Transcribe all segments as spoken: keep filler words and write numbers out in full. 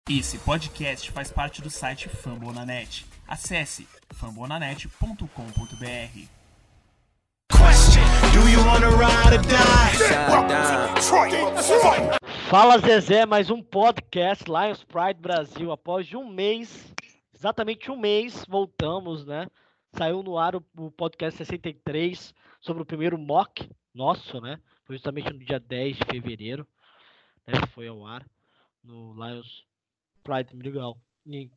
Esse podcast faz parte do site Fambonanet. Acesse fambonanet ponto com ponto b r. Fala Zezé, mais um podcast Lions Pride Brasil. Após de um mês, exatamente um mês, voltamos, né? Saiu no ar o, o podcast sessenta e três sobre o primeiro mock nosso, né? Foi justamente no dia dez de fevereiro, né? Foi ao ar no Lions Pride Legal. E,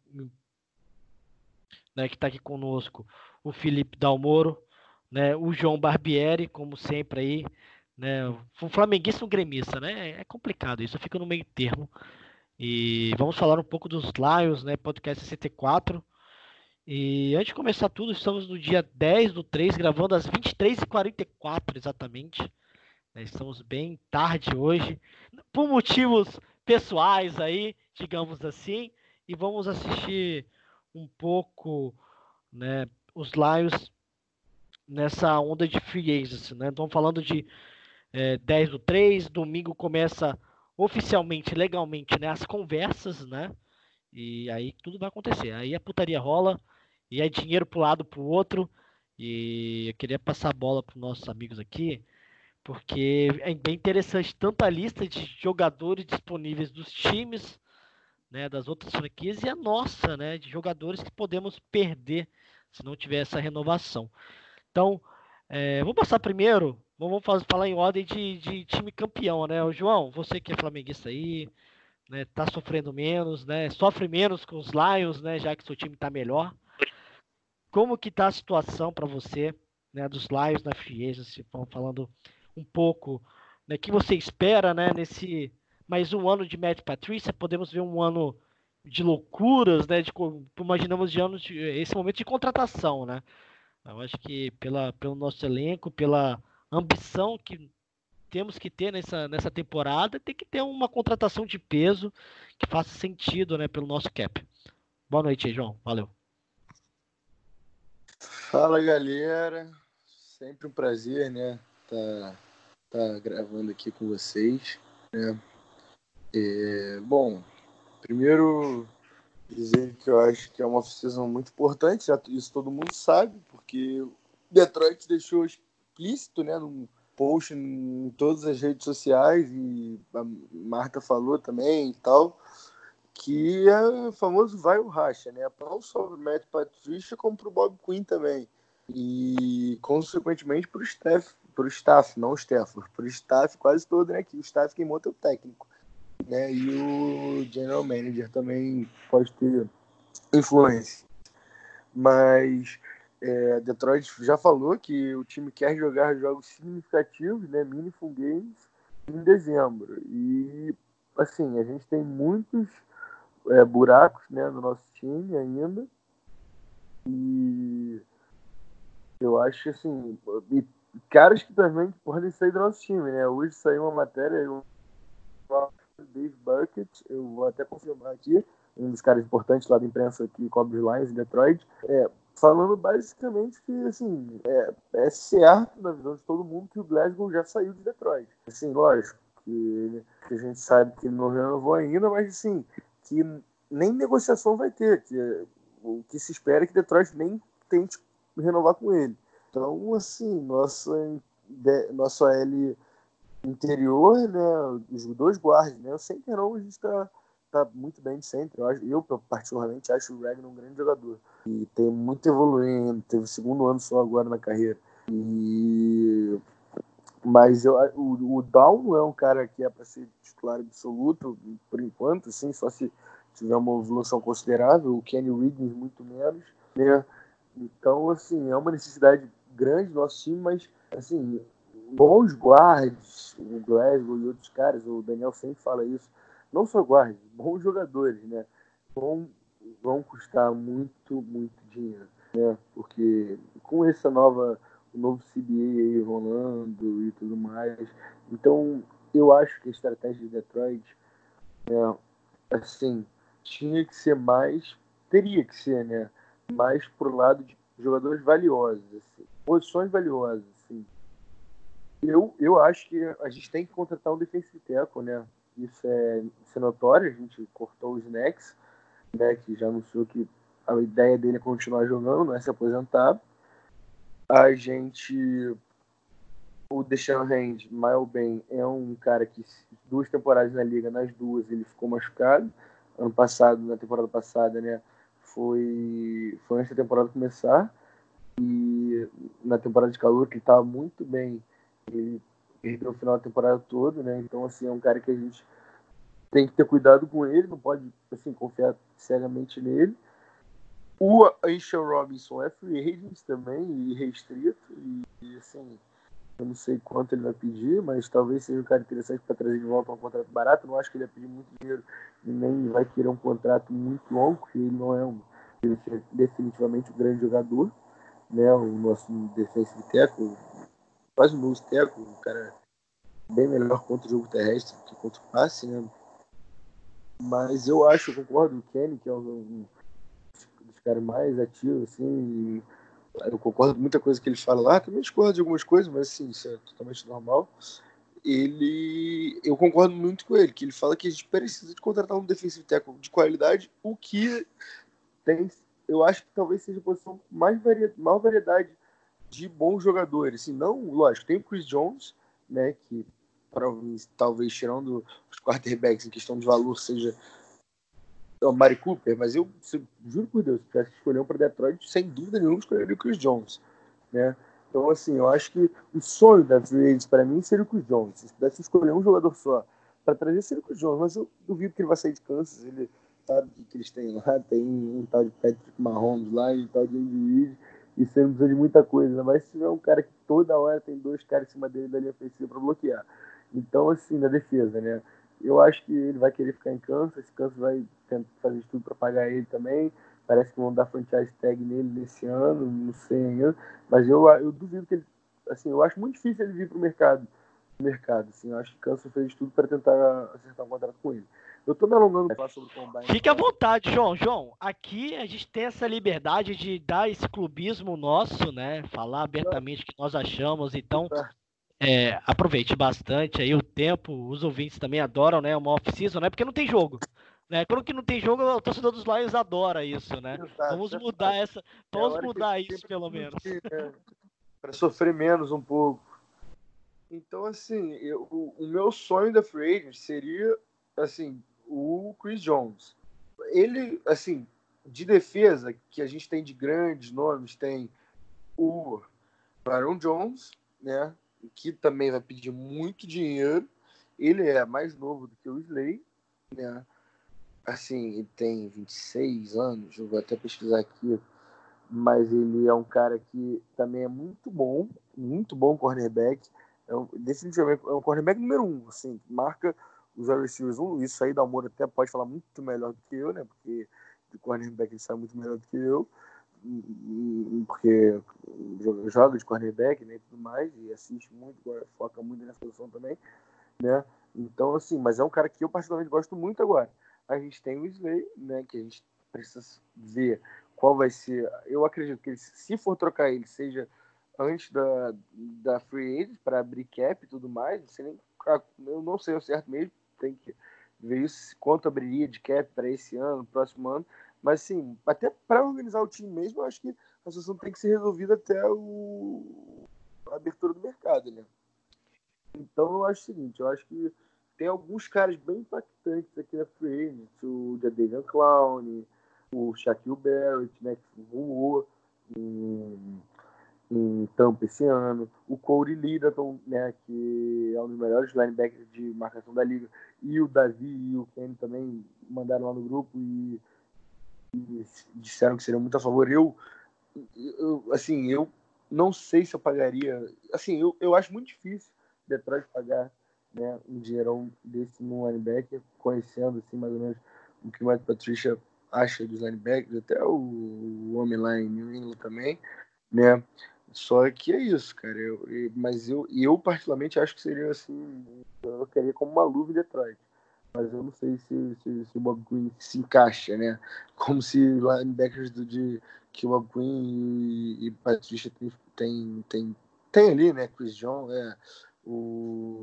né, que tá aqui conosco o Felipe Dalmoro, né? O João Barbieri, como sempre aí, né? Um flamenguista e um gremista, né? É complicado isso, fica no meio termo. E vamos falar um pouco dos Lions, né? Podcast sessenta e quatro. E antes de começar tudo, estamos no dia dez do três, gravando às vinte e três e quarenta e quatro exatamente. Né? Estamos bem tarde hoje, por motivos pessoais aí, digamos assim. E vamos assistir um pouco, né, os Lions nessa onda de free agency, né? Estamos falando de é, dez do três, domingo começa oficialmente, legalmente, né, as conversas, né? E aí tudo vai acontecer. Aí a putaria rola, e é dinheiro pro lado pro outro. E eu queria passar a bola para nossos amigos aqui, porque é bem interessante tanto a lista de jogadores disponíveis dos times, né, das outras franquias, e a nossa, né, de jogadores que podemos perder se não tiver essa renovação. Então, é, vou passar primeiro, vamos fazer, falar em ordem de, de time campeão, né? O João, você que é flamenguista aí, né, tá sofrendo menos, né? Sofre menos com os Lions, né, já que seu time tá melhor. Como que tá a situação para você, né, dos Lions na free agency? Vamos falando um pouco, né, que você espera, né, nesse mais um ano de Matt Patricia. Podemos ver um ano de loucuras, né, de imaginamos de anos de, esse momento de contratação, né? Eu acho que pela, pelo nosso elenco, pela ambição que temos que ter nessa, nessa temporada, tem que ter uma contratação de peso que faça sentido, né, pelo nosso cap. Boa noite aí, João. Valeu. Fala, galera. Sempre um prazer, né, tá, tá gravando aqui com vocês, né? É, bom, primeiro dizer que eu acho que é uma off-season muito importante, já isso todo mundo sabe, porque Detroit deixou explícito, né, num post em todas as redes sociais, e a Marta falou também e tal, que é o famoso vai o racha, né? Não só pro Matt Patricia, como pro Bob Quinn também. E, consequentemente, pro staff, pro staff, não o Stafford, pro staff quase todo, né? Que o staff quem monta é o técnico, né? E o general manager também pode ter influência. Mas é, Detroit já falou que o time quer jogar jogos significativos, né? Meaningful games, em dezembro. E, assim, a gente tem muitos É, buracos, né, no nosso time ainda, e eu acho que assim, e caras que também podem sair do nosso time, né? Hoje saiu uma matéria, eu Dave Burkett, eu vou até confirmar aqui, um dos caras importantes lá da imprensa que cobre os Lions em Detroit, é, falando basicamente que, assim, é, é certo, na visão de todo mundo, que o Glasgow já saiu de Detroit. Assim, lógico, que, que a gente sabe que ele não renovou ainda, mas, assim, que nem negociação vai ter, que o que se espera é que Detroit nem tente renovar com ele. Então, assim, nossa, nossa L interior, né, os dois guardas, né, o center não, a gente tá, tá muito bem de center, eu, acho, eu particularmente acho o Ragnar um grande jogador, e tem muito evoluindo, teve o segundo ano só agora na carreira, e mas eu, o, o Down é um cara que é para ser titular absoluto, por enquanto, assim, só se tiver uma evolução considerável, o Kenny Wiggins muito menos, né? Então, assim, é uma necessidade grande do nosso time, mas, assim, bons guardas, o Glasgow e outros caras, o Daniel sempre fala isso, não só guardas, bons jogadores, né? Vão, vão custar muito, muito dinheiro, né? Porque com essa nova o novo C B A aí rolando e tudo mais. Então, eu acho que a estratégia de Detroit, é, assim, tinha que ser mais, teria que ser, né, mais pro lado de jogadores valiosos, assim, posições valiosas, assim. Eu, eu acho que a gente tem que contratar um defensive tackle, né, isso é, isso é notório. A gente cortou os Snacks, né, que já anunciou que a ideia dele é continuar jogando, não é se aposentar. A gente... O Deshaun Hand, mal bem, é um cara que duas temporadas na liga, nas duas ele ficou machucado. Ano passado, na temporada passada, né, foi, foi antes da temporada começar. E na temporada de calor, que ele estava muito bem, ele perdeu o final da temporada toda, né? Então, assim, é um cara que a gente tem que ter cuidado com ele, não pode, assim, confiar cegamente nele. O Aisha Robinson é free agent também, e restrito, e, e assim, eu não sei quanto ele vai pedir, mas talvez seja um cara interessante para trazer de volta um contrato barato. Não acho que ele vai pedir muito dinheiro e nem vai querer um contrato muito longo, porque ele não é um, ele é definitivamente um grande jogador, né? O nosso defensive tackle, quase um nose tackle, um cara bem melhor contra o jogo terrestre que contra o passe, né? Mas eu acho, eu concordo, o Kenny, que é um, um dos caras mais ativos, assim, eu concordo com muita coisa que ele fala lá, também discordo de algumas coisas, mas assim, isso é totalmente normal. Ele, eu concordo muito com ele, que ele fala que a gente precisa de contratar um defensive tackle de qualidade, o que tem, eu acho que talvez seja a posição mais variedade, maior variedade de bons jogadores. Assim, não, lógico, tem o Chris Jones, né, que talvez tirando os quarterbacks em questão de valor seja o Mari Cooper, mas eu juro por Deus, se tivesse que escolher um para Detroit, sem dúvida nenhuma escolheria o Chris Jones, né? Então, assim, eu acho que o sonho da Free Agents para mim seria o Chris Jones. Se pudesse escolher um jogador só para trazer, seria o Chris Jones, mas eu duvido que ele vai sair de Kansas. Ele sabe o que eles têm lá, tem um tal de Patrick Mahomes lá e um tal de Andy Reid, e você não precisa de muita coisa, mas se tiver um cara que toda hora tem dois caras em cima dele da linha ofensiva para bloquear. Então, assim, na defesa, né? Eu acho que ele vai querer ficar em Kansas, Kansas vai tentar fazer tudo para pagar ele também. Parece que vão dar franchise tag nele nesse ano, não sei ainda. Mas eu, eu duvido que ele... Assim, eu acho muito difícil ele vir para o mercado. mercado assim, eu acho que Kansas fez tudo para tentar acertar um contrato com ele. Eu tô me alongando para falar sobre o Combine. Fique à vontade, João. João, aqui a gente tem essa liberdade de dar esse clubismo nosso, né? Falar abertamente o que nós achamos. Então, é, aproveite bastante aí o tempo. Os ouvintes também adoram, né? Uma off-season, né? Porque não tem jogo. Né? Quando que não tem jogo, o torcedor dos Lions adora isso, né? Exato, vamos mudar essa. Vamos mudar isso, pelo menos. Né? Para sofrer menos um pouco. Então, assim, eu, o, o meu sonho da Free Agent seria, assim, o Chris Jones. Ele, assim, de defesa, que a gente tem de grandes nomes, tem o Aaron Jones, né, que também vai pedir muito dinheiro. Ele é mais novo do que o Slay, né, assim, ele tem vinte e seis anos, eu vou até pesquisar aqui, mas ele é um cara que também é muito bom, muito bom cornerback. É um, definitivamente é um cornerback número um, assim, marca os receivers um. Isso aí, Dalmoro até pode falar muito melhor do que eu, né? Porque de cornerback ele sabe muito melhor do que eu, porque joga de cornerback, né, e tudo mais, e assiste muito, foca muito nessa posição também, né? Então, assim, mas é um cara que eu particularmente gosto muito agora. A gente tem o Slay, né, que a gente precisa ver qual vai ser. Eu acredito que ele, se for trocar ele, seja antes da, da Free Agent, para abrir cap e tudo mais. Não sei nem, eu não sei o certo mesmo, tem que ver isso, quanto abriria de cap para esse ano, próximo ano. Mas, sim, até para organizar o time mesmo, eu acho que a situação tem que ser resolvida até o, a abertura do mercado, né? Então, eu acho o seguinte, eu acho que tem alguns caras bem impactantes aqui na Free Agent, o Jadeveon Clown, o Shaquille Barrett, né, que voou em, em Tampa esse ano, o Corey Littleton, né, que é um dos melhores linebackers de marcação da liga, e o Davi e o Kenny também mandaram lá no grupo e, e disseram que seriam muito a favor. Eu, eu, assim, eu não sei se eu pagaria, assim, eu, eu acho muito difícil Detroit pagar, né, um dinheirão desse no linebacker, conhecendo assim mais ou menos o que o Matt Patricia acha dos linebackers, até o, o homem lá em New England também, né? Só que é isso, cara. Eu, eu, mas eu, eu particularmente acho que seria assim, eu queria como uma luva em Detroit. Mas eu não sei se, se, se o Bob Quinn se encaixa, né? Como se linebackers do, de, que o Bob Quinn e, e Patricia tem, tem, tem, tem ali, né? Chris John, é, o,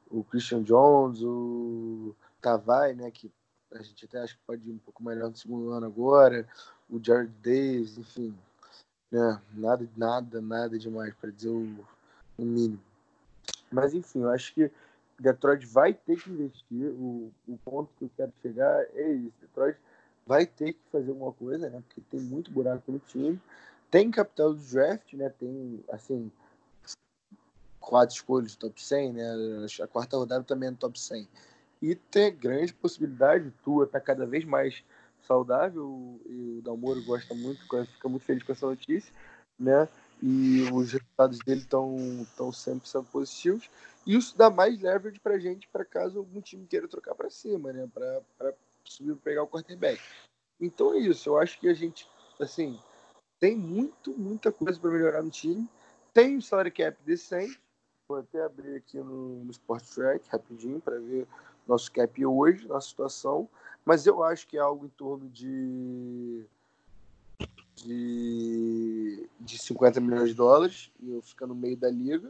o Christian Jones, o Tavai, né, que a gente até acha que pode ir um pouco melhor no segundo ano agora, o Jared Davis, enfim, né, nada, nada, nada demais para dizer o, o mínimo. Mas enfim, eu acho que Detroit vai ter que investir. O, o ponto que eu quero chegar é isso. Detroit vai ter que fazer alguma coisa, né? Porque tem muito buraco no time. Tem capital do draft, né? Tem, assim, quatro escolhas do top cem, né? A quarta rodada também é no top cem. E tem grande possibilidade. O Tua tá cada vez mais saudável e o Dalmoro gosta muito, fica muito feliz com essa notícia, né? E os resultados dele estão tão sempre sendo positivos. E isso dá mais leverage pra gente, para caso algum time queira trocar para cima, né? Para subir, pegar o quarterback. Então é isso. Eu acho que a gente, assim, tem muito, muita coisa para melhorar no time. Tem um salary cap decente. Vou até abrir aqui no, no Sport Track rapidinho para ver nosso cap hoje, nossa situação. Mas eu acho que é algo em torno de de, de cinquenta milhões de dólares. E eu fico no meio da liga.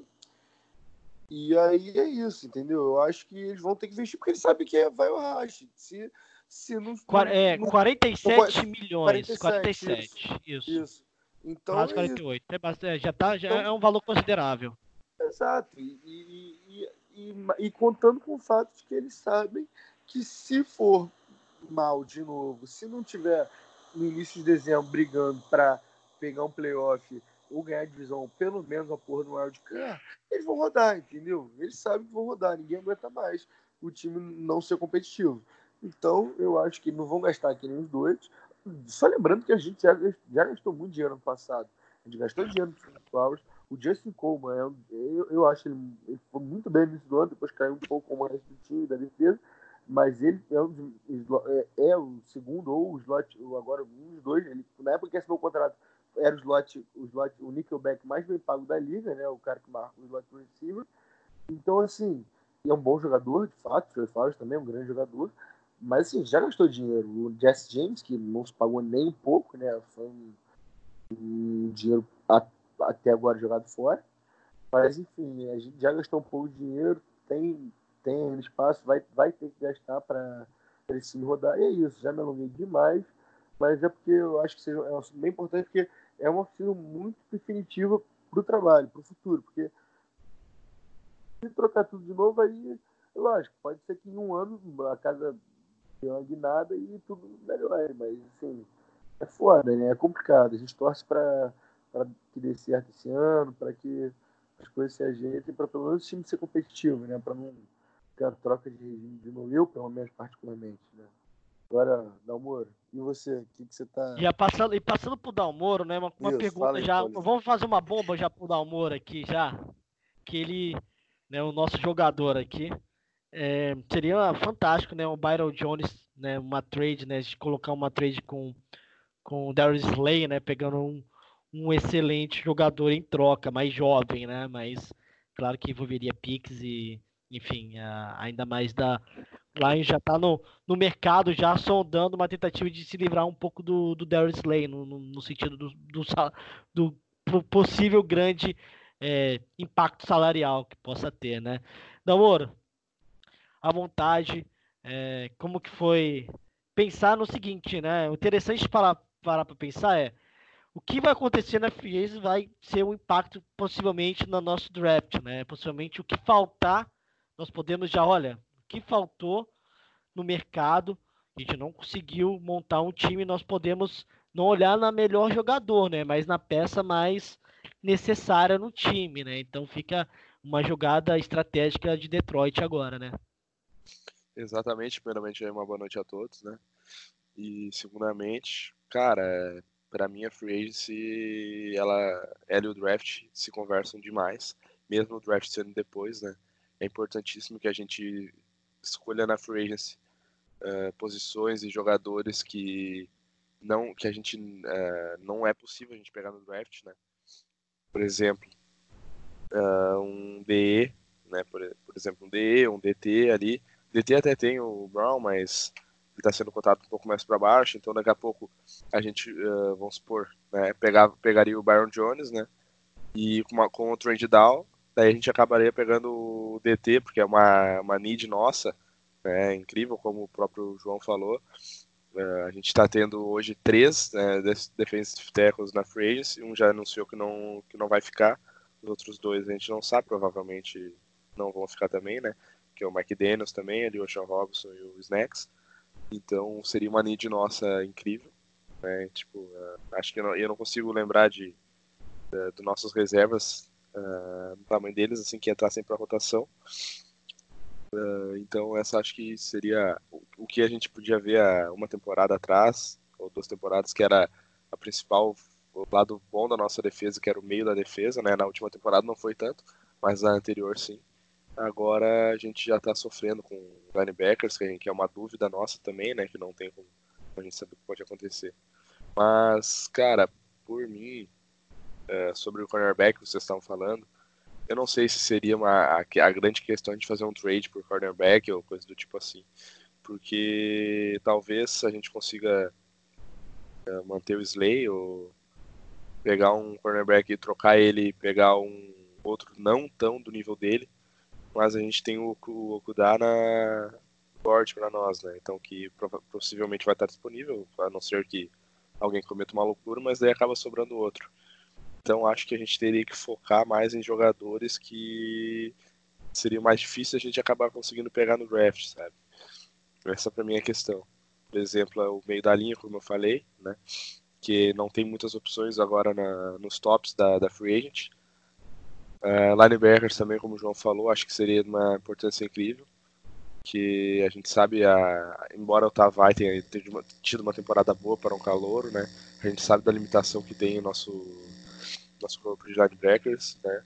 E aí é isso, entendeu? Eu acho que eles vão ter que investir porque eles sabem que vai o racha. Se, se não, Quar- não, É, não, quarenta e sete não milhões. quarenta e sete, isso. quarenta e sete, isso. Isso. Então Quase é isso. quarenta e oito. É bastante, já, tá, já Então, é um valor considerável. exato. E, e, e, e, e contando com o fato de que eles sabem que se for mal de novo, se não tiver no início de dezembro brigando para pegar um playoff ou ganhar a divisão, ou pelo menos uma porra no wildcard, eles vão rodar, entendeu? Eles sabem que vão rodar, ninguém aguenta mais o time não ser competitivo. Então, eu acho que não vão gastar aqui nem os dois. Só lembrando que a gente já, já gastou muito dinheiro no passado. A gente gastou dinheiro no Trevor Flowers. O Justin Coleman, é um- eu, eu acho ele, ele foi muito bem nesse ano, depois caiu um pouco como o resto do time, da defesa, mas ele é, um dos- é, é o segundo ou o slot, ou agora um dos dois. Ele, na época que assinou o contrato, era o slot, o slot, o nickelback mais bem pago da liga, né? O cara que marca o slot receiver. Então, assim, é um bom jogador, de fato. O Trey Flowers também é um grande jogador. Mas, assim, já gastou dinheiro. O Jesse James, que não se pagou nem um pouco, né? Foi um, um dinheiro a, até agora jogado fora. Mas, enfim, a gente já gastou um pouco de dinheiro, tem, tem espaço, vai, vai ter que gastar para esse time rodar. E é isso, já me alonguei demais, mas é porque eu acho que seja, é um assunto bem importante, porque é uma oficina muito definitiva para o trabalho, para o futuro. Porque se trocar tudo de novo, aí, lógico, pode ser que em um ano a casa dê uma guinada e tudo melhore, mas, assim, é foda, né? É complicado. A gente torce para que dê certo esse ano, para que as coisas se ajeitem, para pelo menos o time ser competitivo, né? Para não ter a troca de regime de novo, eu, pelo menos, particularmente, né? Agora, Dalmoro, e você? O que, que você tá. Já passando, e passando pro Dalmoro, né? Uma, uma Isso, fala pergunta aí, já. Paulinho. Vamos fazer uma bomba já pro Dalmoro aqui já. Que ele, né, o nosso jogador aqui. É, seria fantástico, né? O Byron Jones, né? Uma trade, né? De colocar uma trade com, com o Darius Slay, né? Pegando um, um excelente jogador em troca, mais jovem, né? Mas claro que envolveria picks e, enfim, a, ainda mais da Lions já está no, no mercado, já sondando uma tentativa de se livrar um pouco do, do Darius Slay, no, no, no sentido do, do, do, do possível grande é, impacto salarial que possa ter, né? Damoro, à vontade, é, como que foi pensar no seguinte, né? O interessante de parar para pensar é o que vai acontecer na Free Agents vai ser um impacto possivelmente no nosso draft, né? Possivelmente o que faltar, nós podemos já, olha, o que faltou no mercado, a gente não conseguiu montar um time, nós podemos não olhar na melhor jogador, né? Mas na peça mais necessária no time, né? Então fica uma jogada estratégica de Detroit agora, né? Exatamente, primeiramente, uma boa noite a todos, né? E, segundamente, cara, para mim a Free Agency, ela, ela e o draft se conversam demais, mesmo o draft sendo depois, né? É importantíssimo que a gente escolha na Free Agency uh, posições e jogadores que não, que a gente uh, não é possível a gente pegar no draft, né? Por exemplo, uh, um D E, né? Por, por exemplo, um D E, um D T ali. D T até tem o Brown, mas ele está sendo cotado um pouco mais para baixo, então daqui a pouco a gente, uh, vamos supor, né, pegar, pegaria o Byron Jones, né, e com, uma, com o trade down, Daí a gente acabaria pegando o D T, porque é uma, uma need nossa, né, incrível, como o próprio João falou. Uh, a gente está tendo hoje três né, defensive tackles na free agency, um já anunciou que não, que não vai ficar, os outros dois a gente não sabe, provavelmente não vão ficar também, né, que é o Mike Daniels também, ali o Sean Robinson e o Snacks, então seria uma need nossa incrível, né, tipo, uh, acho que eu não, eu não consigo lembrar de, de, de nossas reservas, uh, do tamanho deles, assim, que entrassem para rotação. Uh, então essa acho que seria o, o que a gente podia ver há uma temporada atrás, ou duas temporadas, que era a principal, o lado bom da nossa defesa, que era o meio da defesa, né? Na última temporada não foi tanto, mas na anterior sim. Agora a gente já está sofrendo com linebackers, que é uma dúvida nossa também, né? Que não tem como a gente saber o que pode acontecer. Mas, cara, por mim, uh, sobre o cornerback que vocês estavam falando, eu não sei se seria uma, a, a grande questão de fazer um trade por cornerback ou coisa do tipo assim. Porque talvez a gente consiga uh, manter o Slay ou pegar um cornerback e trocar ele e pegar um outro não tão do nível dele. Mas a gente tem o, o Okudah na board para nós, né? Então que possivelmente vai estar disponível, a não ser que alguém cometa uma loucura, mas daí acaba sobrando outro. Então acho que a gente teria que focar mais em jogadores que seria mais difícil a gente acabar conseguindo pegar no draft, sabe? Essa pra mim é a questão. Por exemplo, é o meio da linha, como eu falei, né? Que não tem muitas opções agora na, nos tops da, da free agent. Uh, linebackers também, como o João falou, acho que seria de uma importância incrível. Que a gente sabe, a, embora o Tavai tenha tido uma temporada boa para um calouro, né? A gente sabe da limitação que tem o nosso nosso corpo de linebackers, né?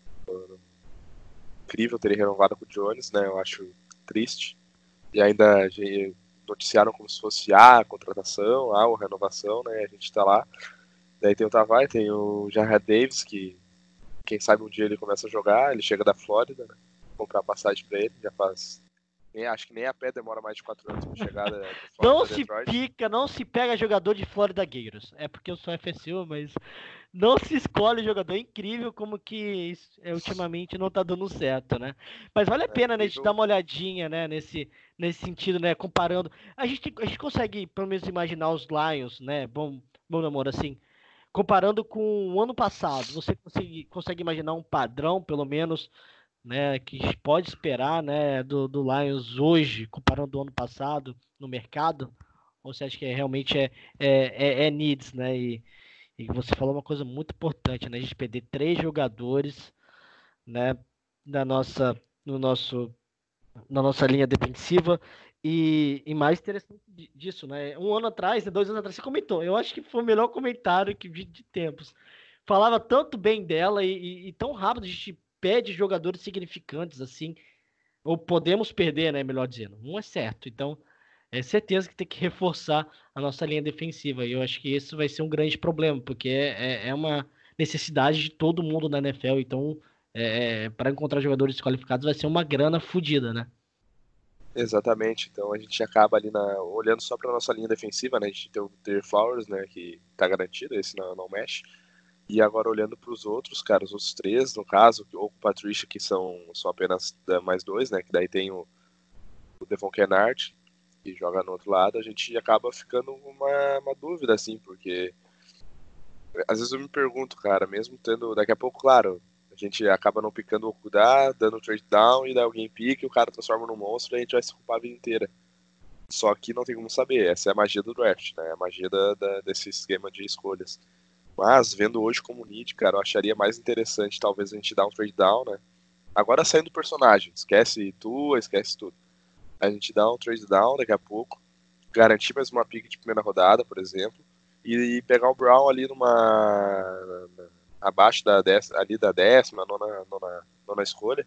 Incrível ter renovado com o Jones, né? Eu acho triste. E ainda noticiaram como se fosse a ah, contratação, a ah, renovação, né? A gente tá lá. Daí tem o Tavai, tem o Jarrett Davis, que quem sabe um dia ele começa a jogar, ele chega da Flórida, né? Comprar passagem pra ele, já faz... Nem, acho que nem a pé demora mais de quatro anos pra chegar da, da Flórida, não se Detroit. pica, não se pega jogador de Florida Gators. É porque eu sou F S U, mas não se escolhe jogador. É incrível como que isso, é, ultimamente não tá dando certo, né? Mas vale a pena, é, né, a gente dar uma olhadinha, né, nesse, nesse sentido, né, comparando. A gente, a gente consegue, pelo menos, imaginar os Lions, né, bom, bom namoro, assim, comparando com o ano passado. Você consegue, consegue imaginar um padrão, pelo menos, né, que a gente pode esperar, né, do, do Lions hoje, comparando o ano passado no mercado? Ou você acha que é, realmente é, é, é, é needs, né? E, e você falou uma coisa muito importante, né? A gente perder três jogadores, né, na nossa, no nosso, na nossa linha defensiva. E, e mais interessante disso, né? Um ano atrás, dois anos atrás, você comentou. Eu acho que foi o melhor comentário que vi de tempos. Falava tanto bem dela e, e, e tão rápido a gente perde jogadores significantes assim, ou podemos perder, né, melhor dizendo. Um é certo. Então, é certeza que tem que reforçar a nossa linha defensiva. E eu acho que isso vai ser um grande problema, porque é, é, é uma necessidade de todo mundo na N F L. Então, é, para encontrar jogadores qualificados vai ser uma grana fodida, né? Exatamente, então a gente acaba ali na, olhando só para nossa linha defensiva, né? A gente tem o Ter Flowers, né, que tá garantido, esse não, não mexe. E agora olhando para os outros, cara, os outros três, no caso, ou o Patricia, que são só apenas mais dois, né? Que daí tem o, o Devon Kennard, que joga no outro lado, a gente acaba ficando uma, uma dúvida, assim, porque às vezes eu me pergunto, cara, mesmo tendo, daqui a pouco, claro, a gente acaba não picando o Okudah, dando trade down, e daí alguém pica e o cara transforma num monstro e a gente vai se culpar a vida inteira. Só que não tem como saber, essa é a magia do draft, né? A magia da, da, desse esquema de escolhas. Mas, vendo hoje como need, cara, eu acharia mais interessante talvez a gente dar um trade down, né? Agora saindo do personagem, esquece tua, esquece tudo. A gente dá um trade down daqui a pouco, garantir mais uma pick de primeira rodada, por exemplo, e pegar o Brown ali numa... abaixo da décima, ali da décima, nona, nona, nona escolha,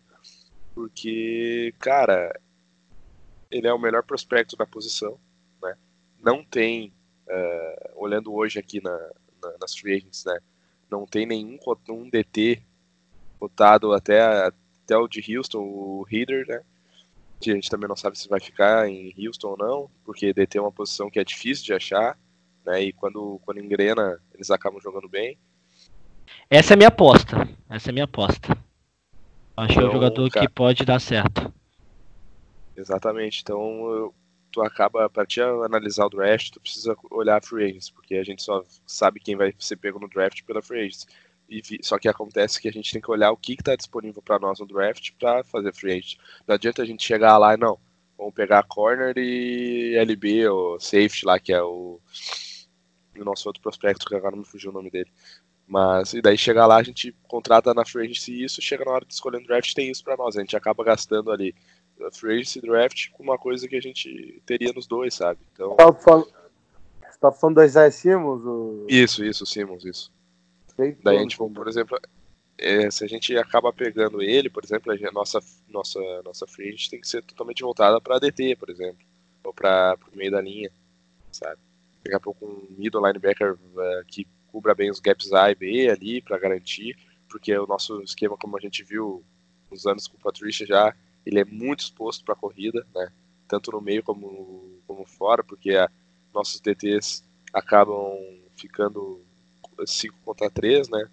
porque, cara, ele é o melhor prospecto da posição, né? Não tem, uh, olhando hoje aqui na, na, nas free agents, né? Não tem nenhum um D T cotado até, até o de Houston, o Heater, né? Que a gente também não sabe se vai ficar em Houston ou não, porque D T é uma posição que é difícil de achar, né? E quando, quando engrena, eles acabam jogando bem. Essa é a minha aposta. Essa é a minha aposta. Acho que é um Então, jogador cara, que pode dar certo. exatamente. Então, eu- tu acaba, pra te analisar o draft, tu precisa olhar a free agents, porque a gente só sabe quem vai ser pego no draft pela free agents. E vi- só que acontece que a gente tem que olhar o que está disponível para nós no draft para fazer free agent. Não adianta a gente chegar lá e não, vamos pegar corner e L B ou safety lá, que é o, o nosso outro prospecto, que agora não me fugiu o nome dele. Mas, e daí chegar lá, a gente contrata na free agency e isso, chega na hora de escolher no draft, tem isso para nós. A gente acaba gastando ali a free agency e draft com uma coisa que a gente teria nos dois, sabe? Então, Tá falando, você tá falando das Isaiah Simmons? O... isso, isso, Simmons, isso. Daí a gente, por exemplo, é, se a gente acaba pegando ele, por exemplo, a gente- nossa, nossa, nossa free agent tem que ser totalmente voltada para D T, por exemplo, ou para o meio da linha, sabe? Daqui a pouco um middle linebacker uh, que cubra bem os gaps A e B ali para garantir, porque o nosso esquema, como a gente viu nos anos com o Patricia já, ele é muito exposto para a corrida, né? Tanto no meio como, como fora, porque a, nossos D Ts acabam ficando cinco contra três, né?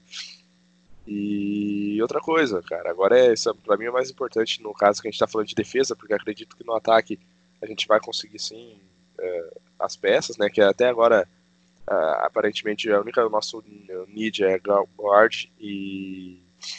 E outra coisa, cara, agora é isso, pra mim é mais importante no caso que a gente tá falando de defesa, porque acredito que no ataque a gente vai conseguir sim é, as peças, né? Que até agora uh, aparentemente a única nosso need é guard e,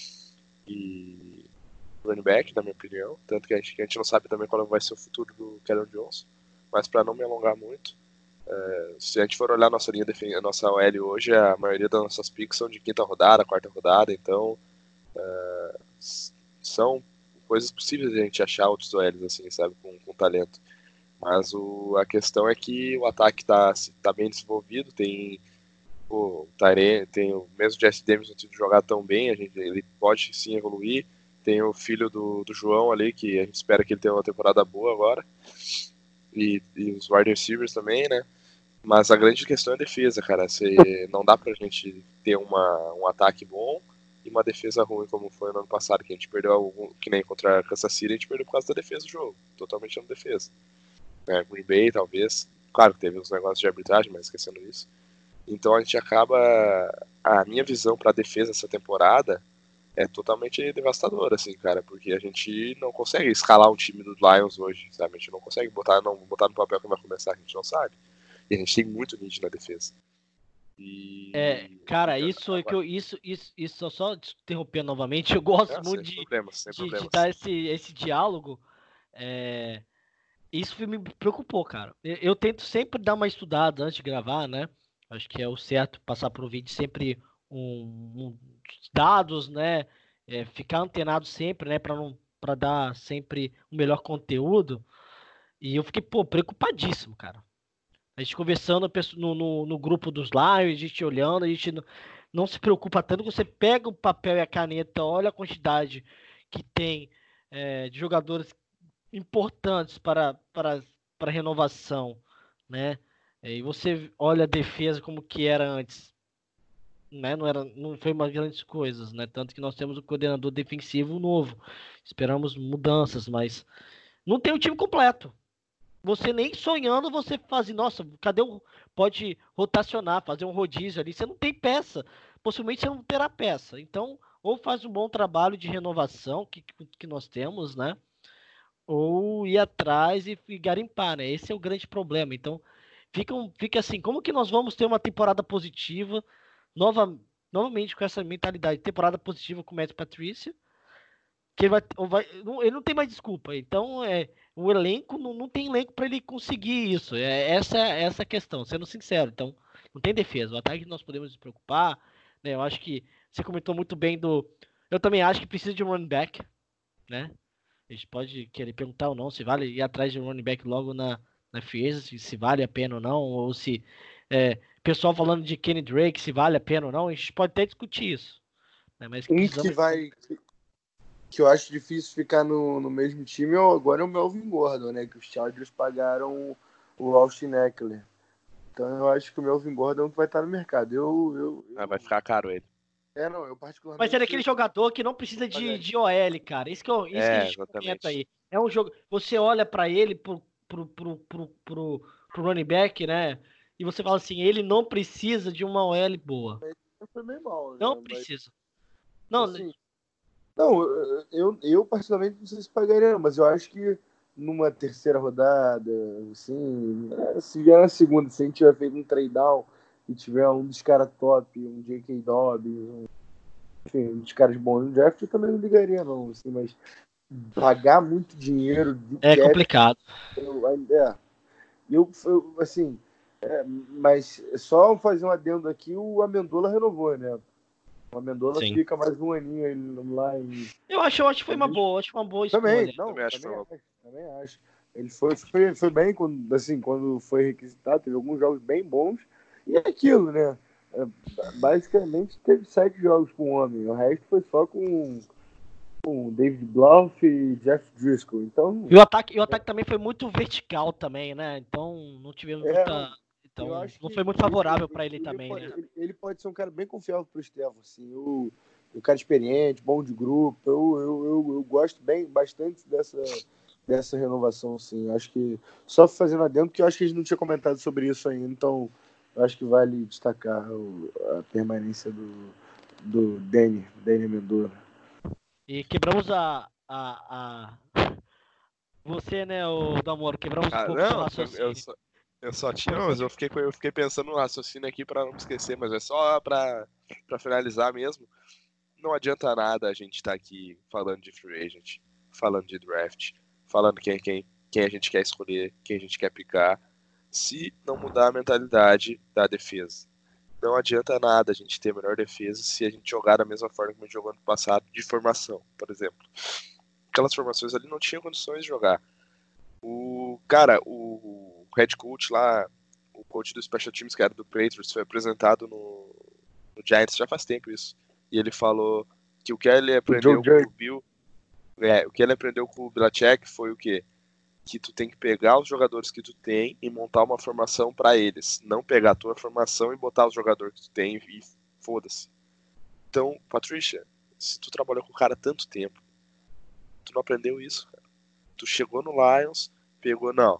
e running back, na minha opinião. Tanto que a gente, que a gente não sabe também qual vai ser o futuro do Kellen Johnson. Mas para não me alongar muito, uh, se a gente for olhar a nossa linha a nossa O L hoje, a maioria das nossas picks são de quinta rodada, quarta rodada, então uh, são coisas possíveis de a gente achar outros O Ls assim, sabe, com, com talento. Mas o, a questão é que o ataque está tá bem desenvolvido, tem o Tyrene, tem o mesmo Jesse Davis não tido jogar tão bem, a gente, ele pode sim evoluir. Tem o filho do, do João ali, que a gente espera que ele tenha uma temporada boa agora. E, e os wide receivers também, né? Mas a grande questão é a defesa, cara. Você, não dá pra gente ter uma, um ataque bom e uma defesa ruim, como foi no ano passado, que a gente perdeu, algum, que nem contra a Kansas City, a gente perdeu por causa da defesa do jogo. Totalmente na defesa. É, Green Bay, talvez. Claro que teve uns negócios de arbitragem, mas esquecendo isso. Então a gente acaba. A minha visão para a defesa essa temporada é totalmente devastadora, assim, cara, porque a gente não consegue escalar um time do Lions hoje, sabe? A gente não consegue botar, não, botar no papel que vai começar, a gente não sabe. E a gente tem muito need na defesa. É, E. cara, Então, isso é que agora... eu, isso, isso, isso só te interrompendo novamente, eu gosto Não, muito sem de, problemas, sem de, de problemas. dar esse, esse diálogo. É, isso me preocupou, cara. Eu, eu tento sempre dar uma estudada antes de gravar, né? Acho que é o certo passar por um vídeo sempre um, um dados, né? É, ficar antenado sempre, né? Para não, para dar sempre o melhor conteúdo. E eu fiquei, pô, preocupadíssimo, cara. A gente conversando no, no, no grupo dos lives, a gente olhando, a gente não, não se preocupa tanto. Você pega o papel e a caneta, olha a quantidade que tem é, de jogadores importantes para, para, para renovação, né? E você olha a defesa como que era antes, né? Não era, não foi uma grandes coisas, né? Tanto que nós temos um coordenador defensivo novo. Esperamos mudanças, mas não tem o time completo. Você nem sonhando, você faz, nossa, cadê o. Pode rotacionar, fazer um rodízio ali. Você não tem peça. Possivelmente você não terá peça. Então, ou faz um bom trabalho de renovação que, que nós temos, né? Ou ir atrás e, e garimpar, né? Esse é o grande problema. Então, fica, um, fica assim, como que nós vamos ter uma temporada positiva, nova, novamente com essa mentalidade, temporada positiva com o Matt Patricia, que ele vai, vai não, ele não tem mais desculpa. Então, é, o elenco não, não tem elenco para ele conseguir isso. É essa essa a questão, sendo sincero. Então, não tem defesa. O ataque nós podemos nos preocupar, né? Eu acho que você comentou muito bem do. Eu também acho que precisa de um running back, né? A gente pode querer perguntar ou não se vale ir atrás de um running back logo na, na free agency, se vale a pena ou não, ou se é, pessoal falando de Kenny Drake, se vale a pena ou não, a gente pode até discutir isso, né? Mas Um precisamos. que vai. Que eu acho difícil ficar no, no mesmo time agora é o Melvin Gordon, né? Que os Chargers pagaram o Austin Eckler. Então eu acho que o Melvin Gordon vai estar no mercado. Eu, eu, eu... Ah, vai ficar caro ele. É, não, eu Mas particularmente. ele é aquele jogador que não precisa de, de O L, cara. Isso que, eu, isso que a É, gente comenta exatamente. aí. É um jogo. Você olha pra ele, pro, pro, pro, pro, pro, pro running back, né? E você fala assim, ele não precisa de uma O L boa. Foi bem mal, Não né? Mas precisa. Não, assim, Não, eu, eu particularmente não sei se pagaria, não, mas eu acho que numa terceira rodada, assim, é, se vier na segunda, se a gente tiver feito um trade down e tiver um dos caras top, um J K. Dobbs, um, enfim, um dos caras bons no draft, eu também não ligaria, não, assim, mas pagar muito dinheiro de É cap, complicado. eu ainda. É, eu, eu, assim, é, mas só fazer um adendo aqui, o Amendola renovou, né? O Amendola Sim. fica mais um aninho aí lá em. Eu acho, eu acho que foi uma boa, acho uma boa Também, escolha. não, Também acho que também foi uma- acho, também acho. Ele foi, foi, foi bem quando, assim, quando foi requisitado, teve alguns jogos bem bons. E é aquilo, né? É, basicamente teve sete jogos com o homem, o resto foi só com, com David Bluff e Jeff Driscoll. Então, E o ataque, e o ataque também foi muito vertical também, né? Então não tivemos é, muita. eu Então acho não que foi muito ele, favorável para ele ele, também, pode, né? ele, ele pode ser um cara bem confiável pro Stefan, assim, o, o cara experiente, bom de grupo. Eu, eu, eu, eu gosto bem, bastante dessa, dessa renovação, assim. Acho que, só fazendo adendo, que eu acho que a gente não tinha comentado sobre isso ainda, então eu acho que vale destacar o, a permanência do, do Danny, Danny Amendola. E quebramos a. a, a... Você, né, o Damoro, quebramos um Ah, pouco o seu não, eu, eu raciocínio. só, eu só tinha. Não, mas eu fiquei, eu fiquei pensando no raciocínio aqui pra não me esquecer, mas é só pra, pra finalizar mesmo. Não adianta nada a gente estar aqui falando de free agent, falando de draft, falando quem, quem, quem a gente quer escolher, quem a gente quer picar, se não mudar a mentalidade da defesa. Não adianta nada a gente ter a melhor defesa se a gente jogar da mesma forma que a gente jogou ano passado, de formação, por exemplo. Aquelas formações ali não tinham condições de jogar. O cara, o head coach lá, o coach do Special Teams, que era do Patriots, foi apresentado no, no Giants já faz tempo isso. E ele falou que o que ele aprendeu com o Bill, é, o que ele aprendeu com o Belichick foi o quê? Que tu tem que pegar os jogadores que tu tem e montar uma formação para eles. Não pegar a tua formação e botar os jogadores que tu tem e foda-se. Então, Patricia, se tu trabalhou com o cara tanto tempo, tu não aprendeu isso, cara. Tu chegou no Lions, pegou, não,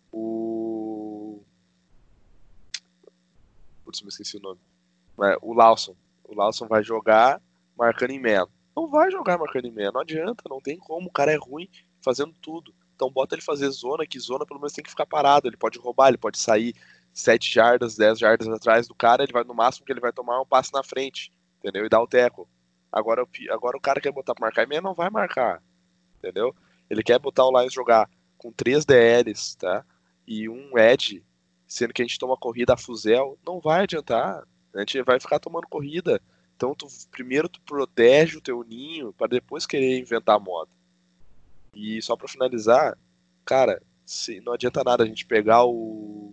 o... Putz, me esqueci o nome. É, o Lawson. O Lawson vai jogar marcando em man. Não vai jogar marcando em man, não adianta, não tem como, o cara é ruim fazendo tudo. Então bota ele fazer zona, que zona pelo menos tem que ficar parado, ele pode roubar, ele pode sair sete jardas, dez jardas atrás do cara, ele vai no máximo que ele vai tomar um passe na frente, entendeu? E dar o teco. Agora, agora o cara quer botar pra marcar em man, não vai marcar, entendeu? Ele quer botar o Lions jogar com três D Ls, tá? E um edge, sendo que a gente toma corrida a fuzel, não vai adiantar. A gente vai ficar tomando corrida. Então, tu, primeiro tu protege o teu ninho para depois querer inventar moda. E só para finalizar, cara, se, não adianta nada a gente pegar o,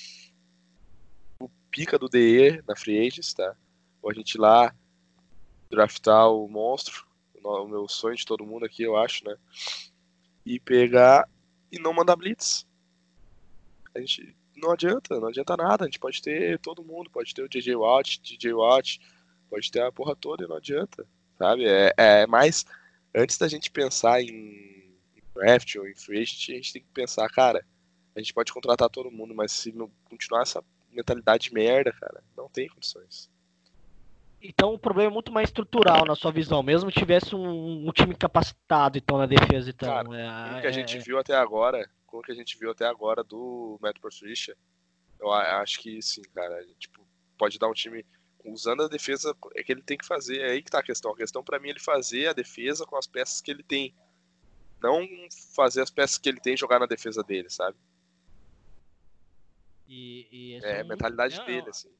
o pica do D E na Free Agents, tá? Ou a gente ir lá draftar o monstro, o meu sonho de todo mundo aqui, eu acho, né? E pegar e não mandar blitz. A gente não adianta, não adianta nada. A gente pode ter todo mundo, pode ter o J J Watt, D J Watt, pode ter a porra toda e não adianta, sabe? É, é mais, antes da gente pensar em, em draft ou em free agent, a gente tem que pensar, cara, a gente pode contratar todo mundo, mas se não continuar essa mentalidade de merda, cara, não tem condições. Então o problema é muito mais estrutural na sua visão, mesmo que tivesse um, um time capacitado então na defesa, então. Cara, é, com o que a é, gente é... viu até agora, com o que a gente viu até agora do Matt Patricia, eu acho que sim, cara. Tipo, pode dar um time usando a defesa é que ele tem que fazer. É aí que tá a questão. A questão pra mim é ele fazer a defesa com as peças que ele tem. Não fazer as peças que ele tem e jogar na defesa dele, sabe? E, e É a são muito. mentalidade É, dele, assim.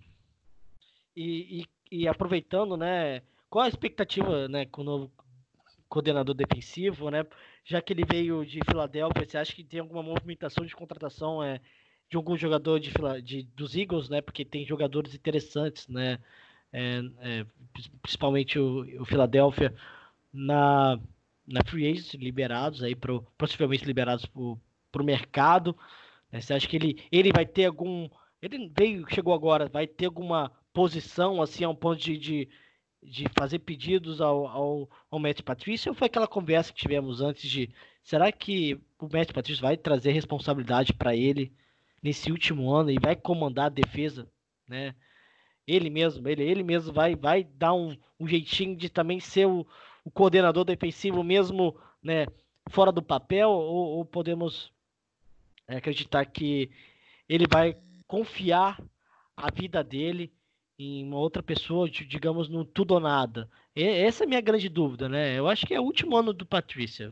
E, e, e aproveitando, né? Qual a expectativa, né, com o novo coordenador defensivo, né? Já que ele veio de Filadélfia, você acha que tem alguma movimentação de contratação é, de algum jogador de, de dos Eagles, né? Porque tem jogadores interessantes, né? É, é, principalmente o, o Philadelphia na na free agents liberados aí pro, possivelmente liberados para o mercado, né? Você acha que ele ele vai ter algum ele veio chegou agora, vai ter alguma posição assim a um ponto de, de de fazer pedidos ao, ao, ao Matt Patrício, ou foi aquela conversa que tivemos antes de será que o Matt Patrício vai trazer responsabilidade para ele nesse último ano e vai comandar a defesa, né? Ele mesmo, ele, ele mesmo vai, vai dar um, um jeitinho de também ser o, o coordenador defensivo mesmo, né, fora do papel, ou, ou podemos é, acreditar que ele vai confiar a vida dele em uma outra pessoa, digamos, no tudo ou nada? E, essa é a minha grande dúvida, né? Eu acho que é o último ano do Patrícia.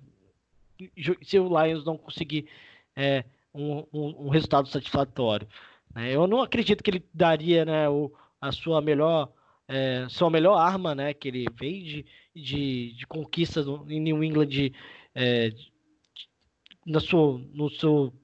Se o Lions não conseguir é, um, um, um resultado satisfatório, né? Eu não acredito que ele daria, né, o, a sua melhor é, sua melhor arma, né, que ele veio de, de, de conquistas em New England, é, na sua, no seu,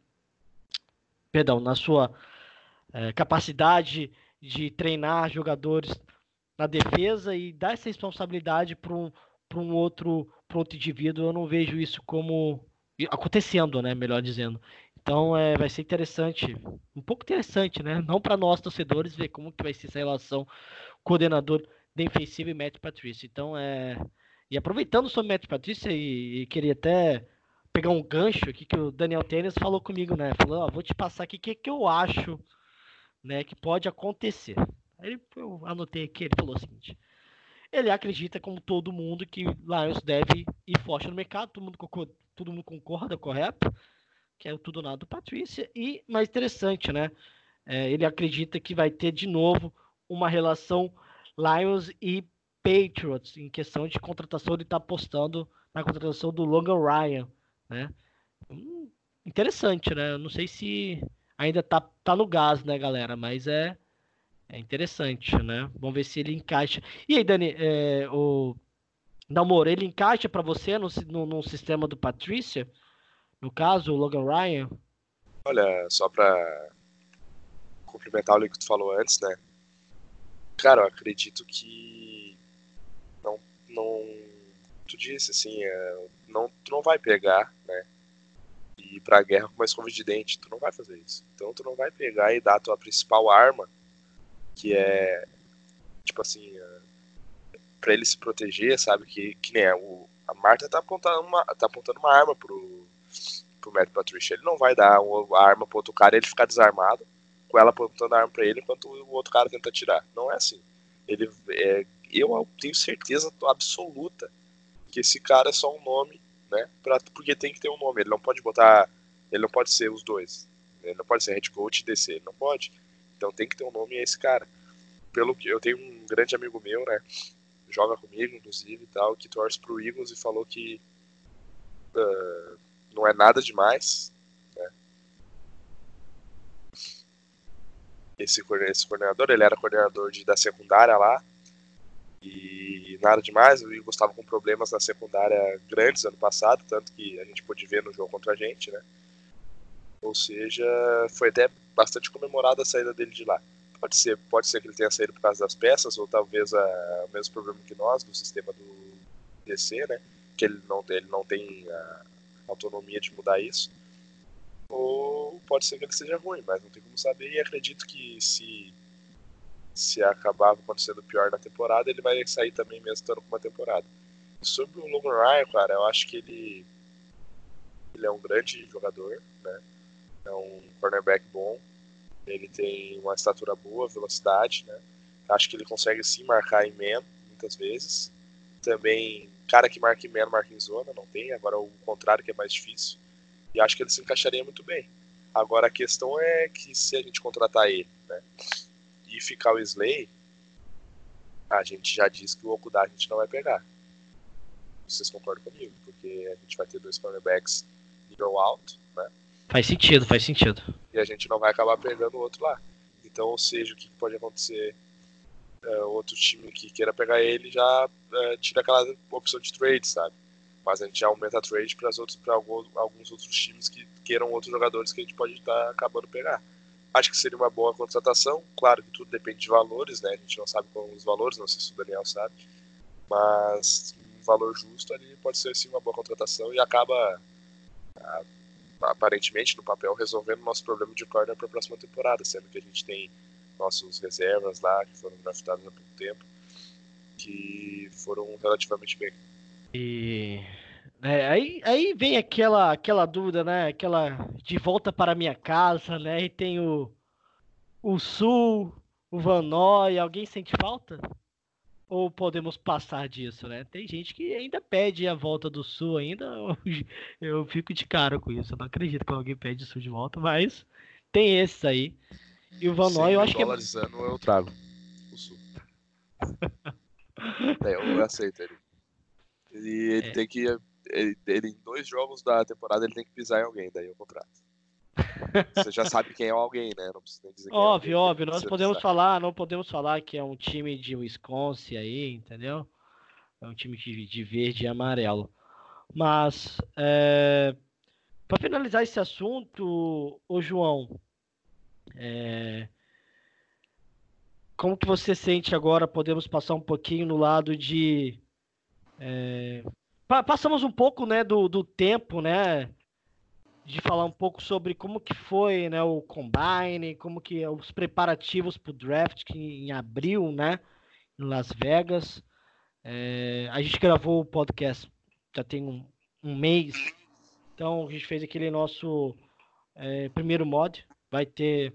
perdão, na sua é, capacidade de treinar jogadores na defesa e dar essa responsabilidade para um, para um outro, para outro indivíduo. Eu não vejo isso como acontecendo, né? Melhor dizendo. Então é, vai ser interessante, um pouco interessante, né? Não para nós torcedores ver como que vai ser essa relação coordenador defensivo e Matt Patricia. Então é e aproveitando sobre Matt Patricia e, e queria até pegar um gancho aqui que o Daniel Tênis falou comigo, né? Falou, ó, vou te passar aqui o que, que eu acho, né, que pode acontecer. Aí eu anotei aqui, ele falou o seguinte: ele acredita, como todo mundo, que Lions deve ir forte no mercado, todo mundo, todo mundo concorda, correto? Que é o tudo nada do Patrícia. E, mais interessante, né? É, ele acredita que vai ter de novo uma relação Lions e Patriots em questão de contratação. Ele está apostando na contratação do Logan Ryan, né? Hum, interessante, né? Eu não sei se ainda tá, tá no gás, né, galera? Mas é, é interessante, né? Vamos ver se ele encaixa. E aí, Dani, é, o Dalmor, ele encaixa para você no, no, no sistema do Patrícia? No caso, o Logan Ryan? Olha, só pra complementar o que tu falou antes, né? Cara, eu acredito que não, não tu disse assim, é, não, tu não vai pegar, né? E ir pra guerra com uma escova de dente, tu não vai fazer isso. Então tu não vai pegar e dar a tua principal arma, que é tipo assim, é, pra ele se proteger, sabe? Que, que nem é, o, a Marta tá apontando uma, tá apontando uma arma pro, pro Matt Patricia. Ele não vai dar uma, a arma pro outro cara e ele ficar desarmado, com ela apontando a arma pra ele enquanto o outro cara tenta atirar. Não é assim. Ele, é, eu tenho certeza absoluta que esse cara é só um nome, né? Pra, porque tem que ter um nome. Ele não pode botar. Ele não pode ser os dois. Ele não pode ser head coach e D C. Ele não pode. Então tem que ter um nome a esse cara. Pelo que eu tenho um grande amigo meu, né? Joga comigo, inclusive, e tal, que torce pro Eagles e falou que uh, não é nada demais, né? Esse, esse coordenador, ele era coordenador de, da secundária lá, e nada demais. O Eagles estava com problemas na secundária grandes ano passado, tanto que a gente pôde ver no jogo contra a gente, né? Ou seja, foi até bastante comemorada a saída dele de lá. Pode ser, pode ser que ele tenha saído por causa das peças, ou talvez a, o mesmo problema que nós, do sistema do D C, né? Que ele não, ele não tem a autonomia de mudar isso. Ou pode ser que ele seja ruim, mas não tem como saber. E acredito que se, se acabar acontecendo pior na temporada, ele vai sair também mesmo estando com uma temporada. Sobre o Logan Ryan, cara, eu acho que ele, ele é um grande jogador, né? É um cornerback bom. Ele tem uma estatura boa, velocidade, né? Acho que ele consegue sim marcar em man, muitas vezes. Também, cara que marca em man, marca em zona, não tem. Agora o contrário que é mais difícil. E acho que ele se encaixaria muito bem. Agora a questão é que se a gente contratar ele, né, e ficar o Slay, a gente já disse que o Okudah a gente não vai pegar. Vocês concordam comigo? Porque a gente vai ter dois cornerbacks nível alto, né? Faz sentido, faz sentido. E a gente não vai acabar pegando o outro lá. Então, ou seja, o que pode acontecer? Uh, outro time que queira pegar ele já uh, tira aquela opção de trade, sabe? Mas a gente já aumenta a trade para alguns, alguns outros times que queiram outros jogadores que a gente pode estar tá acabando de pegar. Acho que seria uma boa contratação. Claro que tudo depende de valores, né? A gente não sabe quais os valores, não sei se o Daniel sabe. Mas um valor justo ali pode ser sim uma boa contratação e acaba, aparentemente, no papel, resolvendo o nosso problema de corner para a próxima temporada, sendo que a gente tem nossos reservas lá, que foram draftados há pouco tempo, que foram relativamente bem. E é, aí, aí vem aquela, aquela dúvida, né? Aquela de volta para minha casa, né? E tem o, o Sul, o Van Noy, alguém sente falta ou podemos passar disso, né? Tem gente que ainda pede a volta do Sul ainda. Eu, eu fico de cara com isso. Eu não acredito que alguém pede o Sul de volta, mas tem esses aí. E o Van Noy, cem eu mil acho que é. dólares ano eu trago. O Sul. Daí eu aceito ele. Ele, ele É. tem que. Ele, ele, em dois jogos da temporada, ele tem que pisar em alguém, daí eu contrato. Você já sabe quem é o alguém, né? Não precisa nem dizer quem é alguém. Óbvio, que óbvio. ele Nós precisa podemos pisar. falar, não podemos falar que é um time de Wisconsin aí, entendeu? É um time de, de verde e amarelo. Mas, é, para finalizar esse assunto, ô João, é, como que você sente agora? Podemos passar um pouquinho no lado de. É, pa- passamos um pouco, né, do, do tempo, né, de falar um pouco sobre como que foi, né, o Combine, como que é os preparativos para o draft que em abril, né, em Las Vegas. É, a gente gravou o podcast já tem um, um mês, então a gente fez aquele nosso é, primeiro mod. Vai ter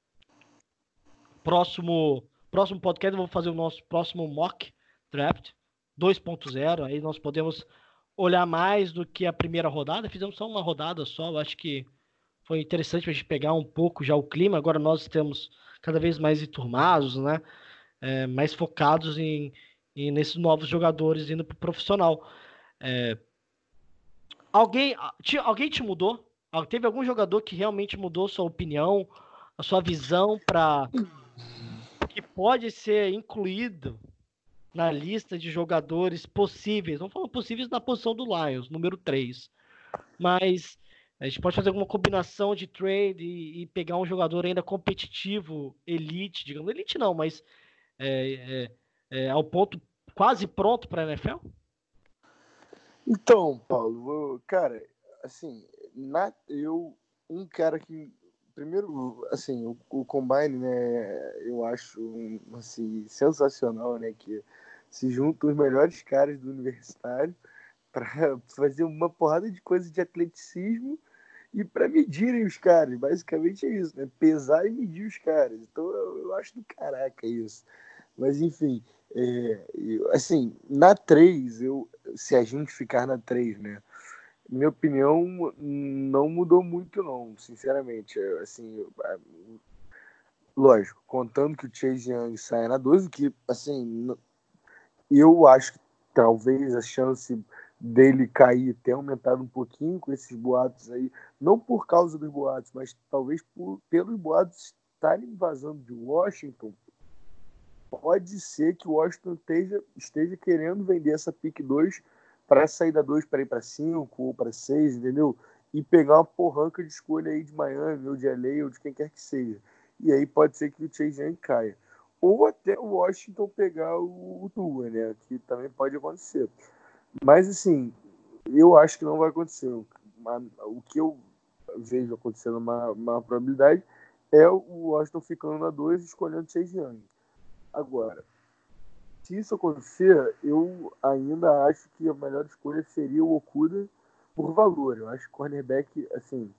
próximo próximo podcast, vamos fazer o nosso próximo mock draft dois ponto zero. Aí nós podemos olhar mais do que a primeira rodada. Fizemos só uma rodada só, eu acho que foi interessante para a gente pegar um pouco já o clima. Agora nós estamos cada vez mais enturmados, né? É, mais focados em, em nesses novos jogadores indo para o profissional. É, alguém, te, alguém te mudou? Teve algum jogador que realmente mudou sua opinião, a sua visão para que pode ser incluído na lista de jogadores possíveis? Não falando possíveis na posição do Lions, número três. Mas a gente pode fazer alguma combinação de trade e, e pegar um jogador ainda competitivo, elite, digamos. Elite não, mas é, é, é, ao ponto quase pronto para a N F L? Então, Paulo, vou- cara, assim, na, eu, um cara que, primeiro, assim, o, o Combine, né, eu acho, um, assim, sensacional, né, que se juntam os melhores caras do universitário para fazer uma porrada de coisa de atleticismo e para medirem os caras, basicamente é isso, né, pesar e medir os caras. Então, eu, eu acho do caraca isso. Mas, enfim, é, eu- assim, na três eu, se a gente ficar na três, né? Minha opinião não mudou muito, não, sinceramente. É, assim, eu- é, lógico, contando que o Chase Young saia na dois, o que, assim, n- eu acho que talvez a chance dele cair tenha aumentado um pouquinho com esses boatos aí, não por causa dos boatos, mas talvez por, pelos boatos estarem vazando de Washington. Pode ser que o Washington esteja, esteja querendo vender essa pick dois para sair da dois para ir para cinco ou para seis, entendeu? E pegar uma porranca de escolha aí de Miami ou de L A ou de quem quer que seja. E aí pode ser que o Chase Young caia. Ou até o Washington pegar o, o Tua, né? Que também pode acontecer. Mas assim, eu acho que não vai acontecer. O, o que eu vejo acontecendo uma, uma probabilidade é o Washington ficando na dois e escolhendo o Chase Young. Agora, se isso acontecer, eu ainda acho que a melhor escolha seria o Okudah por valor. Eu acho que o cornerback, assim,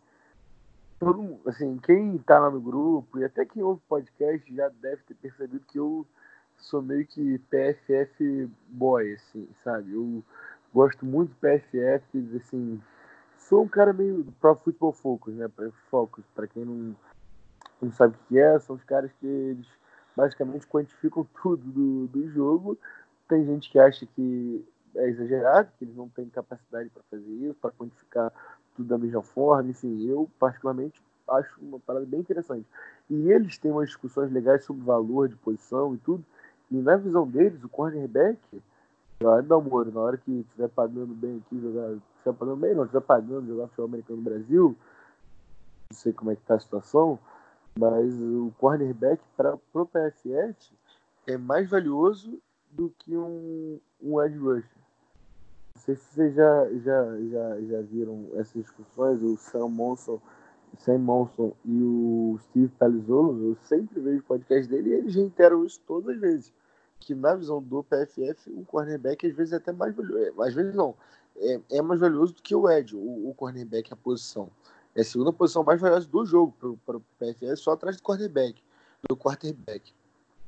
todo, assim, quem tá lá no grupo e até quem ouve podcast já deve ter percebido que eu sou meio que P F F boy, assim, sabe? Eu gosto muito de P F F, assim, sou um cara meio Pro Football Focus, né? Focus, para quem não, não sabe o que é, são os caras que eles basicamente quantificam tudo do, do jogo. Tem gente que acha que é exagerado, que eles não têm capacidade para fazer isso, para quantificar tudo da mesma forma. Enfim, eu particularmente acho uma parada bem interessante. E eles têm umas discussões legais sobre valor de posição e tudo. E na visão deles, o cornerback, lá de Dalmoro, na hora que estiver pagando bem aqui, jogar, estiver pagando bem, não, estiver pagando jogar futebol americano no Brasil, não sei como é que tá a situação, mas o cornerback para o P F F é mais valioso do que um, um edge rusher. Não sei se vocês já, já, já, já viram essas discussões, o Sam Monson, Sam Monson e o Steve Palazzolo, eu sempre vejo o podcast dele e eles reiteram isso todas as vezes, que na visão do P F F, o cornerback às vezes é até mais valioso, às vezes não, é, é mais valioso do que o edge, o, o cornerback, a posição. É a segunda posição mais valiosa do jogo para o P F F, só atrás do cornerback, do quarterback.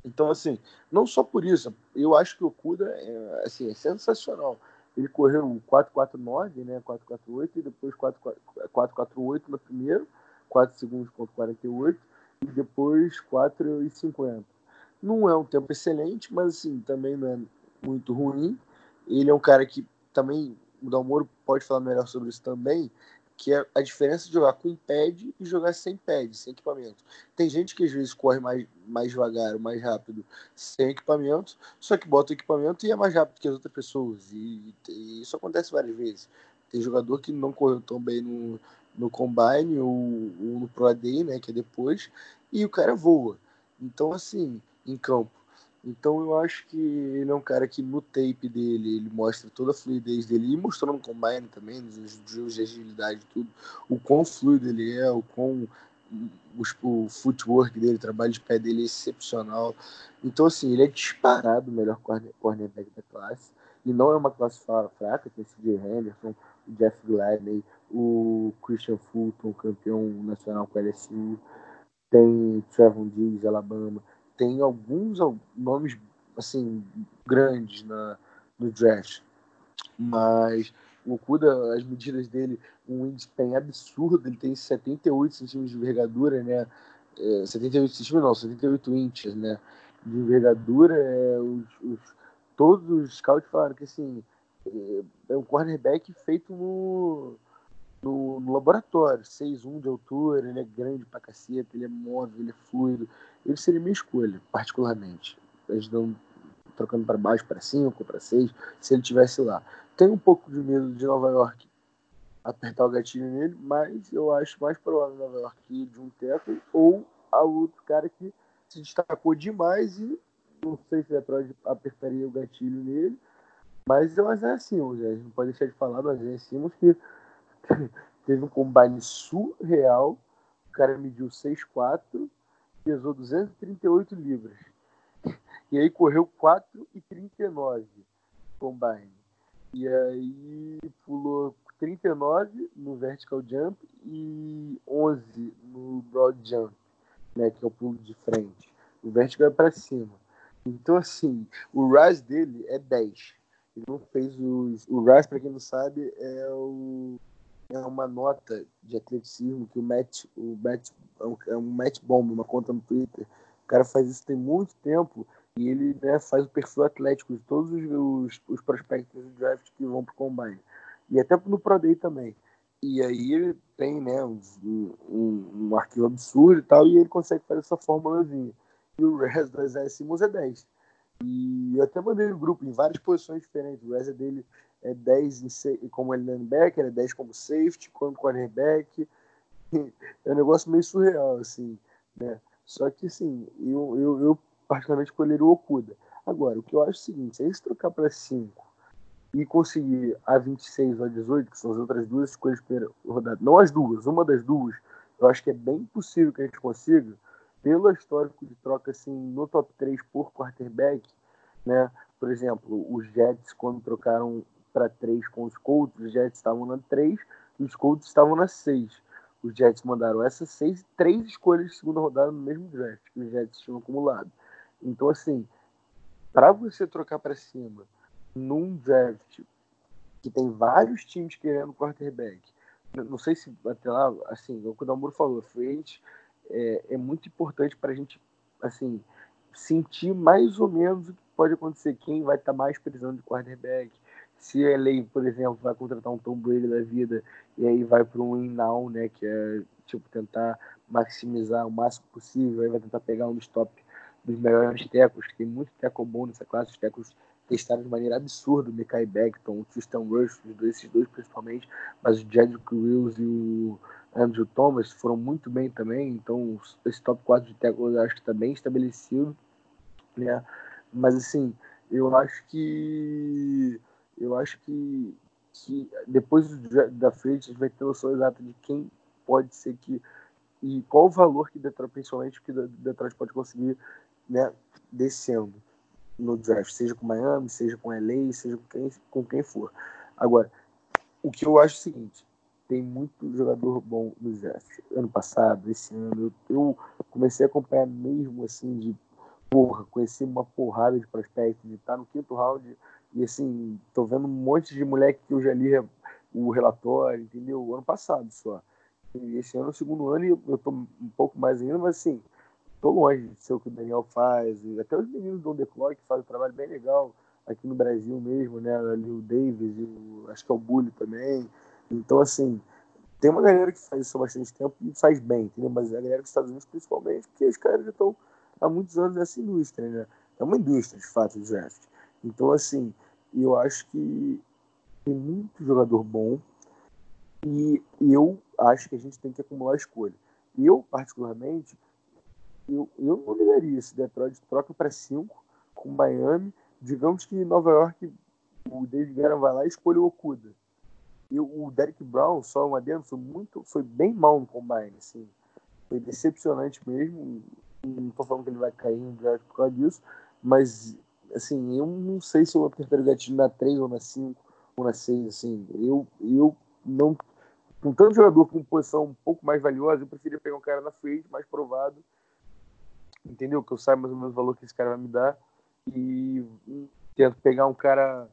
Então, assim, não só por isso, eu acho que o Okuda é, assim, é sensacional. Ele correu quatro quatro nove, né, quatro quatro oito, e depois quatro quatro oito no primeiro, quatro segundos ponto quarenta e oito, e depois quatro e cinquenta. Não é um tempo excelente, mas assim, também não é muito ruim. Ele é um cara que também, o Dalmoro pode falar melhor sobre isso também, que é a diferença de jogar com pad e jogar sem pad, sem equipamento. Tem gente que às vezes corre mais, mais devagar, mais rápido, sem equipamento, só que bota o equipamento e é mais rápido que as outras pessoas. E, e isso acontece várias vezes. Tem jogador que não correu tão bem no, no Combine ou, ou no Pro Day, né, que é depois, e o cara voa. Então, assim, em campo. Então eu acho que ele é um cara que no tape dele ele mostra toda a fluidez dele e mostrou no Combine também, nos drills de agilidade e tudo, o quão fluido ele é, o quão o, o footwork dele, o trabalho de pé dele é excepcional. Então assim, ele é disparado o melhor corner, cornerback da classe e não é uma classe fraca, tem C J Henderson, o Jeff Gladney, o Christian Fulton, campeão nacional com a L S U, tem Trevon Diggs, Alabama, tem alguns nomes assim grandes na, no draft, mas o Okuda, as medidas dele, um wingspan absurdo, ele tem setenta e oito centímetros de envergadura, né? É, setenta e oito centímetros não, setenta e oito inches, né? De envergadura, é, os, os, todos os scouts falaram que assim, é, é um cornerback feito no no, no laboratório, seis um de altura, ele é grande pra caceta, ele é móvel, ele é fluido. Ele seria minha escolha, particularmente. Eles dão trocando para baixo, para cinco, para seis, se ele tivesse lá. Tenho um pouco de medo de Nova York apertar o gatilho nele, mas eu acho mais provável Nova York ir de um tackle ou a outro cara que se destacou demais e não sei se Detroit apertaria o gatilho nele, mas é o Isaiah Simmons, a gente não pode deixar de falar do Isaiah Simmons que teve um combine surreal. O cara mediu seis quatro, pesou duzentos e trinta e oito libras. E aí correu quatro e trinta e nove combine. E aí pulou trinta e nove no vertical jump e onze no broad jump, né, que é o pulo de frente. O vertical é para cima. Então, assim, o R A S dele é dez. Ele não fez os... O R A S, para quem não sabe, é o é uma nota de atleticismo que o Matt, o Matt é um Matt Bomb, uma conta no Twitter. O cara faz isso tem muito tempo e ele, né, faz o perfil atlético de todos os, os, os prospectos do draft que vão pro Combine. E até no Pro Day também. E aí ele tem, né, um, um, um arquivo absurdo e tal, e ele consegue fazer essa formulazinha. E o R A S do Isaiah Simmons é dez. E eu até mandei no grupo, em várias posições diferentes. O R A S dele é dez em, como linebacker, é dez como safety, como cornerback. É um negócio meio surreal, assim, né? Só que, assim, eu, eu, eu particularmente escolheria o Okuda. Agora, o que eu acho é o seguinte, se eles trocar para cinco e conseguir a vinte e seis ou a dezoito, que são as outras duas escolhas para rodada, não as duas, uma das duas, eu acho que é bem possível que a gente consiga, pelo histórico de troca, assim, no top três por quarterback, né? Por exemplo, os Jets, quando trocaram para três com os Colts, os Jets estavam na três e os Colts estavam na seis. Os Jets mandaram essas seis e três escolhas de segunda rodada no mesmo draft que os Jets tinham acumulado. Então, assim, para você trocar para cima num draft que tem vários times querendo quarterback, não sei se até lá, assim, o que o Dalmoro falou, frente é, é muito importante para a gente, assim, sentir mais ou menos o que pode acontecer, quem vai estar tá mais precisando de quarterback, se a L A, por exemplo, vai contratar um Tom Brady da vida e aí vai para um in-now, né, que é tipo tentar maximizar o máximo possível, aí vai tentar pegar um dos top dos melhores tecos, que tem muito teco bom nessa classe, os tecos testaram de maneira absurda o Mekhi Becton, o Tristan Wirfs, os dois, esses dois principalmente, mas o Jedrick Wills e o Andrew Thomas foram muito bem também, então esse top quatro de tackles eu acho que está bem estabelecido, né? Mas assim, eu acho que eu acho que, que depois da frente a gente vai ter noção exata de quem pode ser que e qual o valor que Detroit, principalmente que Detroit pode conseguir, né, descendo no draft, seja com Miami, seja com L A, seja com quem, com quem for. Agora, o que eu acho é o seguinte, tem muito jogador bom no draft. Ano passado, esse ano, eu, eu comecei a acompanhar mesmo, assim, de porra, conheci uma porrada de prospectos, de estar no quinto round, e assim, tô vendo um monte de moleque que eu já li o relatório, entendeu? O ano passado só. E esse ano é o segundo ano e eu tô um pouco mais ainda, mas assim, tô longe de ser o que o Daniel faz, e até os meninos do On The Clock fazem um trabalho bem legal aqui no Brasil mesmo, né? Ali o Davis, e o, acho que é o Bully também. Então, assim, tem uma galera que faz isso há bastante tempo e faz bem, entendeu? Mas a galera dos Estados Unidos, principalmente, porque os caras já estão há muitos anos nessa indústria, né? É uma indústria, de fato, o draft. Então, assim, eu acho que tem muito jogador bom e eu acho que a gente tem que acumular escolha. Eu, particularmente, eu, eu não ligaria se Detroit troca para cinco com Miami. Digamos que Nova York, o David Guerra vai lá e escolhe o Okuda. E o Derrick Brown, só um adendo, foi, muito, foi bem mal no combine. Assim. Foi decepcionante mesmo. Não estou falando que ele vai cair no draft por causa disso, mas assim, eu não sei se eu apertaria o gatilho na três ou na cinco ou na seis. Assim. Eu, eu não. Com tanto jogador com posição um pouco mais valiosa, eu preferia pegar um cara na frente, mais provado, entendeu? Que eu saiba mais ou menos o valor que esse cara vai me dar e tento pegar um cara,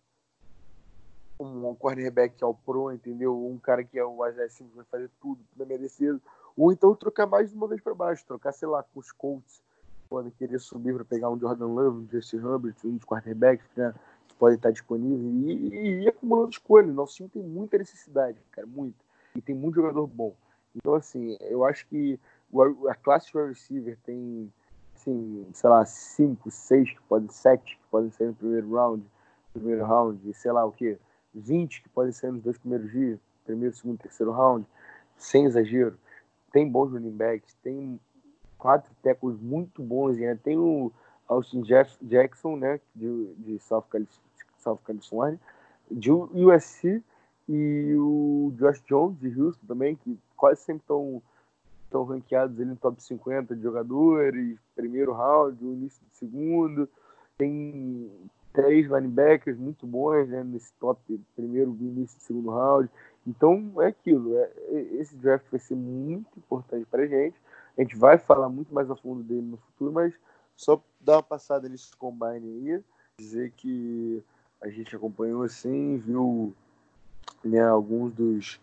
um, um cornerback ao pro, entendeu? Um cara que é o Isaiah Simmons, vai fazer tudo na minha defesa, ou então trocar mais de uma vez para baixo, trocar, sei lá, com os Colts, quando querer subir para pegar um Jordan Love, um Justin Herbert, um dos quarterbacks, né, que pode estar disponível, e, e, e acumulando escolha. Nosso time tem muita necessidade, cara, muita, e tem muito jogador bom. Então, assim, eu acho que a classe de wide receiver tem, assim, sei lá, cinco, seis, que podem, sete que podem sair no primeiro round, primeiro round, sei lá o quê, vinte que podem sair nos dois primeiros dias, primeiro, segundo, terceiro round, sem exagero. Tem bons running backs, tem quatro tackles muito bons, né? Tem o Austin Jackson, né, de, de South, South California, de U S C, e o Josh Jones, de Houston também, que quase sempre estão estão ranqueados ali no top cinquenta de jogadores, primeiro round, o início do segundo. Tem três linebackers muito bons, né, nesse top primeiro, início do segundo round. Então é aquilo, é, esse draft vai ser muito importante para a gente. A gente vai falar muito mais a fundo dele no futuro, mas só dar uma passada nesse combine aí, dizer que a gente acompanhou assim, viu, né, alguns dos,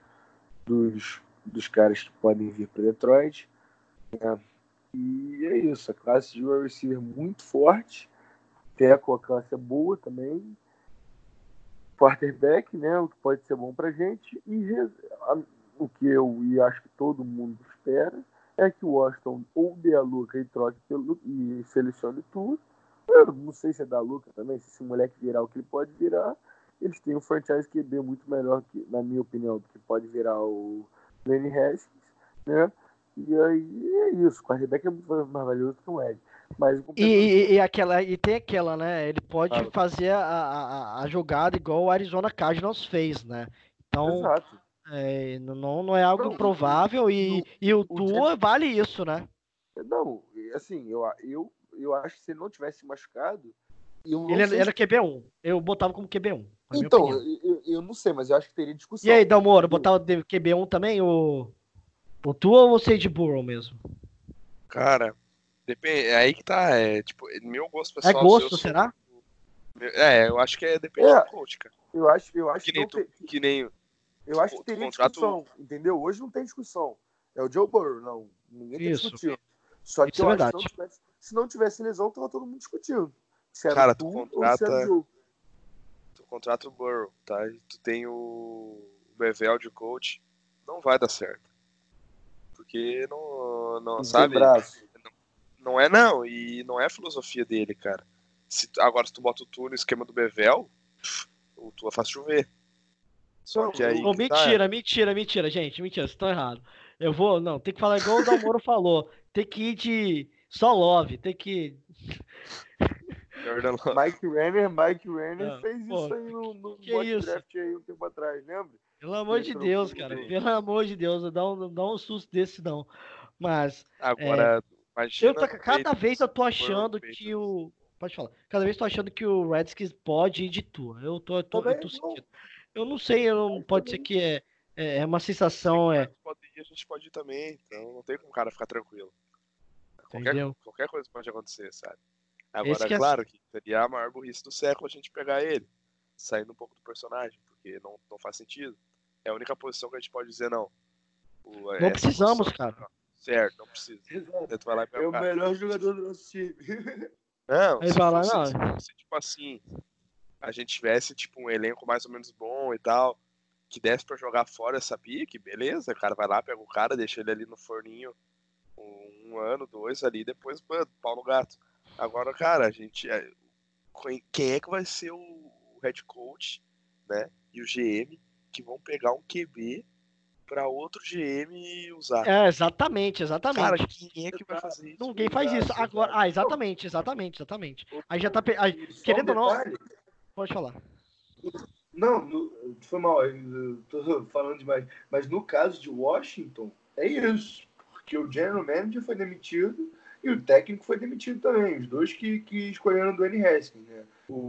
dos dos caras que podem vir para Detroit. Né? E é isso, a classe de wide receiver muito forte. Teco, a classe é boa também. Quarterback, né, o que pode ser bom para gente. E a, o que eu e acho que todo mundo espera é que o Washington ou dê a Luca e troque pelo, e selecione tudo. Eu não sei se é da Luca também, se esse moleque virar o que ele pode virar. Eles têm um franchise Q B muito melhor, que, na minha opinião, do que pode virar o Lenny Haskins, né? E aí é isso, o quarterback é muito mais valioso que um Ed. Mas e, e, e, aquela, e tem aquela, né? Ele pode claro. fazer a, a, a jogada igual o Arizona Cardinals fez, né? Então, é, não, não é algo não, improvável e, e, e o, o Tua James... vale isso, né? Não, assim, eu, eu, eu acho que se ele não tivesse machucado. Eu ele era se... Q B um. Eu botava como Q B um. Então, eu, eu não sei, mas eu acho que teria discussão. E aí, Dalmoro, botava Q B um também? O, o Tua ou o Sage Burrow mesmo? Cara, depende. É aí que tá. É, tipo, meu gosto pessoal. É gosto, sou... será? É, eu acho que é, depende é, do coach, cara. Eu acho, eu acho que, nem que, tu, que nem. Eu acho que teria contrato... discussão, entendeu? Hoje não tem discussão. É o Joe Burrow, não. Ninguém tá Isso. discutindo. Só que Isso eu é acho verdade. que não tivesse, se não tivesse lesão, tava todo mundo discutindo. Se era cara, tu, tu contrata. Ou se era o Joe. Tu contrata o Burrow, tá? E tu tem o Bevel de coach. Não vai dar certo. Porque não. Não, não sabe? Tem braço. Não, não é, não. E não é a filosofia dele, cara. Se, agora, se tu bota o tu no esquema do Bevel, o tu faz chover. Só Não, que aí. Oh, que mentira, tá... mentira, mentira, gente. Mentira, vocês estão errados. Eu vou. Não, tem que falar igual o Dalmoro falou. Tem que ir de só love. Tem que. Jordan Love. Mike Renner, Mike Renner Não, fez pô, isso aí no, no que mock isso? draft aí um tempo atrás, lembra? Pelo amor de Deus, cara. Pelo amor de Deus, não dá um, dá um susto desse, não. Mas. Agora, é, imagina. eu tô, cada vez eu tô achando Patriots. que o. Pode falar. Cada vez eu tô achando que o Redskins pode ir de tua. Eu tô, eu tô, eu tô sentindo. Eu não sei, eu não, pode ser que é, é, é uma sensação. É... Pode ir, a gente pode ir também. Então não tem como o cara ficar tranquilo. Qualquer, Entendeu? qualquer coisa pode acontecer, sabe? Agora, que é... claro que seria a maior burrice do século a gente pegar ele, saindo um pouco do personagem, porque não, não faz sentido. É a única posição que a gente pode dizer não. O, Não essa precisamos, posição, cara. não. Certo, não precisa. Exato. Tu vai lá e pega É o o cara. melhor jogador do nosso time. Não, Aí se vai lá, fosse, não. se fosse tipo assim, a gente tivesse tipo um elenco mais ou menos bom e tal, que desse pra jogar fora essa pique, beleza, o cara vai lá, pega o cara, deixa ele ali no forninho um, um ano, dois ali, depois, mano, pau no gato. Agora, cara, a gente. é, Quem é que vai ser o head coach, né? E o G M que vão pegar um Q B pra outro G M usar? É, exatamente, Cara, exatamente. quem é que vai fazer isso? Ninguém faz isso. Exato, Agora, exato. ah, exatamente, exatamente, exatamente. Ô, Aí já tá. pe- aí, e só um querendo ou não, detalhe, pode falar. não, no, foi mal, eu tô falando demais. Mas no caso de Washington, é isso. Porque o general manager foi demitido e o técnico foi demitido também. Os dois que, que escolheram o Dwayne Haskins, né?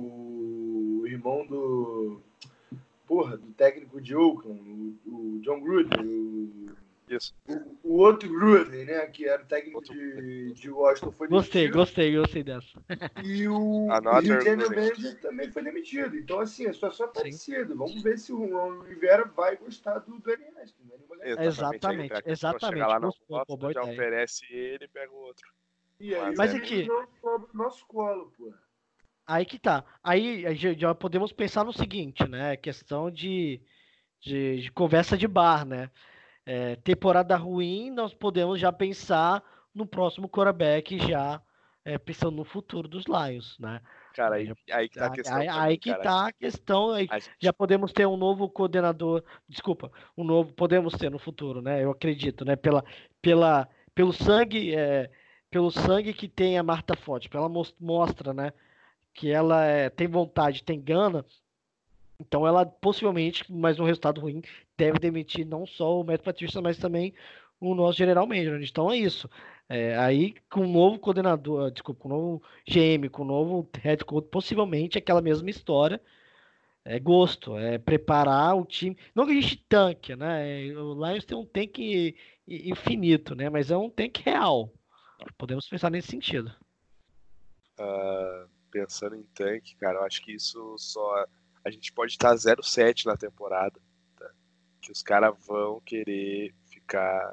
O irmão do. Porra, do técnico de Oakland, o, o John Gruden, o, Isso. o, o outro Gruden, né? Que era o técnico de, de Washington, foi Gostei, demitido. gostei, gostei dessa. E o, Another e o general Gruden. manager também foi demitido. Então, assim, a situação é Sim. parecida. Vamos ver se o Ron Rivera vai gostar do Dwayne Haskins. Não é nenhuma garantia. Exatamente. Exatamente, Aí, a questão, exatamente. chegar lá, não Gostou, pô, gosta, boa já ideia. oferece ele e pega o outro. E aí Mas o Mas é aqui- time não sobra no nosso colo, pô. Aí que tá. Aí a gente já podemos pensar no seguinte, né? Questão de, de, de conversa de bar, né? É, temporada ruim, nós podemos já pensar no próximo quarterback, já é, pensando no futuro dos Lions, né? Cara, Aí, aí, aí que tá a aí, questão aí- pra aí mim, que cara. tá a questão. Aí A gente, já podemos ter um novo coordenador, desculpa, um novo, podemos ter no futuro, né? Eu acredito, né? Pela, pela, pelo sangue, é, pelo sangue que tem a Marta Fonte, ela mos- mostra, né? Que ela é, tem vontade, tem gana, então ela possivelmente, mas um resultado ruim, deve demitir não só o Matt Patricia, mas também o nosso general manager. Então é isso. É, aí com um novo coordenador, desculpa, com um novo G M, com um novo head coach, possivelmente aquela mesma história. É gosto, é preparar o time. Não que a gente tanque, né? O Lions tem um tanque infinito, né? Mas é um tanque real. Podemos pensar nesse sentido. uh, pensando em tanque, cara, eu acho que isso só. A gente pode estar zero sete na temporada. Tá? Que os caras vão querer ficar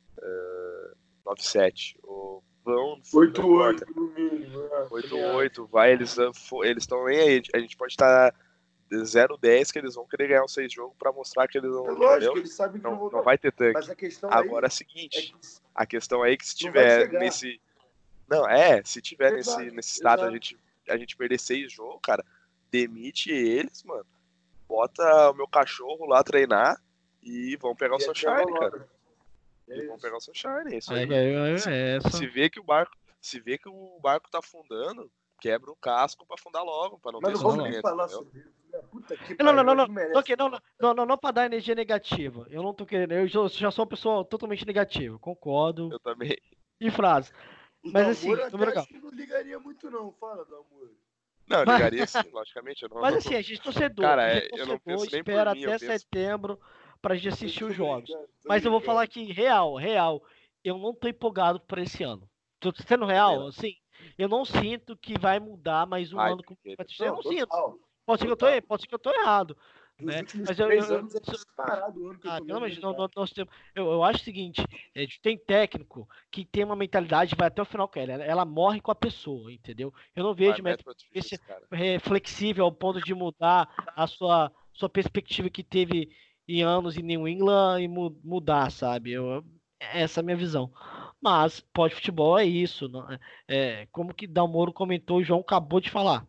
uh, nove sete. Ou vão. oito oito no mínimo. oito oito, vai, eles estão nem aí. A gente pode estar zero dez que eles vão querer ganhar os seis jogos pra mostrar que eles não. É lógico, entendeu? eles sabem que não, não vão não vai ter tanque. Mas a questão Agora é aí o seguinte: é que a questão aí é que se não vai tiver chegar. nesse. Não, é, se tiver Exato, nesse, nesse estado a exato. gente, a gente perder seis jogos, cara, demite eles, mano. Bota o meu cachorro lá treinar e vão pegar o E seu até shine, valor. cara. É E vão isso. pegar o seu shine, é isso É, aí. é, é, Se, é essa. se vê que o barco, se vê que o barco tá afundando, quebra o casco pra afundar logo, pra não Mas ter não vamos logo. nem sofrimento, falar entendeu? sobre isso. Né? Puta que Não, não, pariu, não, não, não merece. não, ok, não, não, não, não, não para dar energia negativa. Eu não tô querendo, eu já- já sou uma pessoa totalmente negativa, concordo. Eu também. E frase. O Mas Dalmoro assim, até número legal. acho que não ligaria muito não. Fala, Dalmoro. Não, eu Mas- ligaria sim, logicamente. Eu não... Mas assim, a gente torcedor, Cara, a gente é, eu não torcedor, penso nem por espera mim, eu até penso. setembro pra gente assistir Tô os jogos. brincando, tô Mas eu vou brincando. falar aqui, real, real, eu não tô empolgado pra esse ano. Tô sendo real, não. assim, eu não sinto que vai mudar mais um Ai, ano com porque- o Eu não sinto. total. Pode ser que eu tô, total. pode ser que eu tô errado. Nos Né? últimos Mas eu, três eu, eu- anos é disparado o ano que eu Ah, tô pelo vendo. menos nós, nós- nós temos. Eu, eu acho o seguinte: é, tem técnico que tem uma mentalidade vai até o final com ela. Ela, ela morre com a pessoa, entendeu? Eu não vejo Vai, método Matt Patricia, esse- cara. é, flexível ao ponto de mudar a sua, sua perspectiva que teve em anos em New England e mu- mudar, sabe? Eu, essa é a minha visão. Mas pós-futebol é isso. Não- é, é, como que Dalmoro comentou, o João acabou de falar.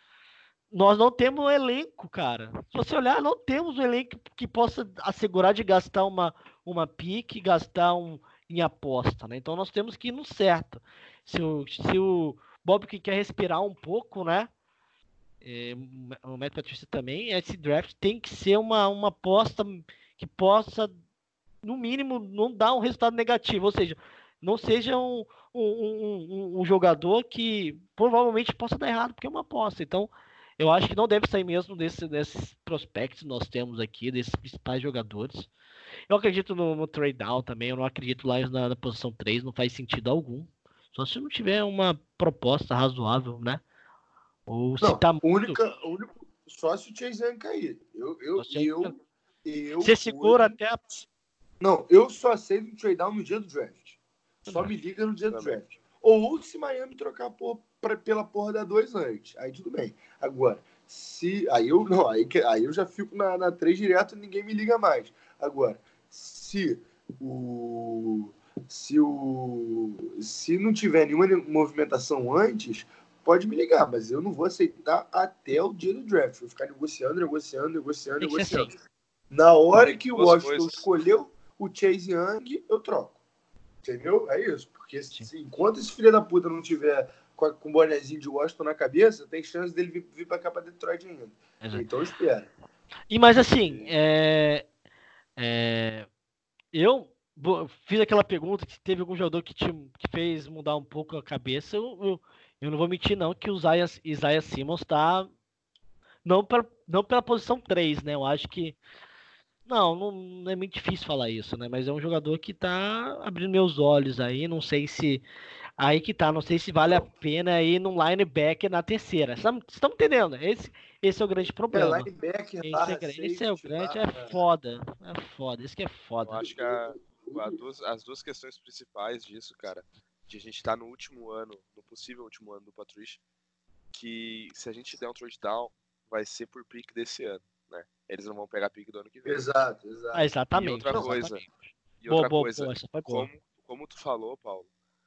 Nós não temos um elenco, cara. Se você olhar, não temos um elenco que possa assegurar de gastar uma, uma pique, gastar um em aposta, né? Então nós temos que ir no certo. Se o, se o Bob que quer respirar um pouco, né? É, o Matt Patricia também, esse draft tem que ser uma, uma aposta que possa, no mínimo, não dar um resultado negativo. Ou seja, não seja um, um, um, um, um jogador que provavelmente possa dar errado, porque é uma aposta. Então, eu acho que não deve sair mesmo desse, desses prospectos que nós temos aqui, desses principais jogadores. Eu acredito no, no trade down também, eu não acredito lá na, na posição três, não faz sentido algum. Só se não tiver uma proposta razoável, né? Ou se Não, tá muito... única, único, só se o Chase Young cair. Eu, eu, Só se- eu, eu, Você segura hoje- até a... Não, eu só aceito um trade down no dia do draft. Só Tá. me liga no dia do Também. draft. Ou se Miami trocar por, pra, pela porra da dois antes. Aí tudo bem. Agora, se. Aí eu não, aí, que- aí eu já fico na, na três direto e ninguém me liga mais. Agora, se o. Se o. Se não tiver nenhuma movimentação antes, pode me ligar, mas eu não vou aceitar até o dia do draft. Vou ficar negociando, negociando, negociando, Tem que ser negociando. assim. Na hora que o Duas Washington coisas. escolheu o Chase Young, eu troco. Entendeu? É isso. Porque se, enquanto esse filho da puta não tiver com, a, com o bonezinho de Washington na cabeça, tem chance dele vir, vir pra cá pra Detroit ainda. Exato. Então espera. E mas assim, é, é, eu bo- fiz aquela pergunta que teve algum jogador que, te, que fez mudar um pouco a cabeça. Eu, eu, eu não vou mentir, não, que o Isaiah, Isaiah Simmons tá. Não, pra, não pela posição três, né? Eu acho que. Não, não, não é muito difícil falar isso, né? Mas é um jogador que tá abrindo meus olhos aí. Não sei se. Aí que tá, não sei se vale a pena ir num linebacker na terceira. Vocês estão entendendo? Esse, esse é o grande É, problema. linebacker, Esse é, barra grande, esse é o safety, grande, é barra... foda. É foda, esse que é Eu foda. acho que a- a duas- as duas questões principais disso, cara, de a gente estar no último ano, no possível último ano do Patricia, que se a gente der um trade down, vai ser por pick desse ano, né? Eles não vão pegar pick do ano que vem. Exato, exato. Ah, exatamente. E outra coisa, exatamente. E Boa, outra boa, coisa, boa, essa foi boa. como, como tu falou, Paulo,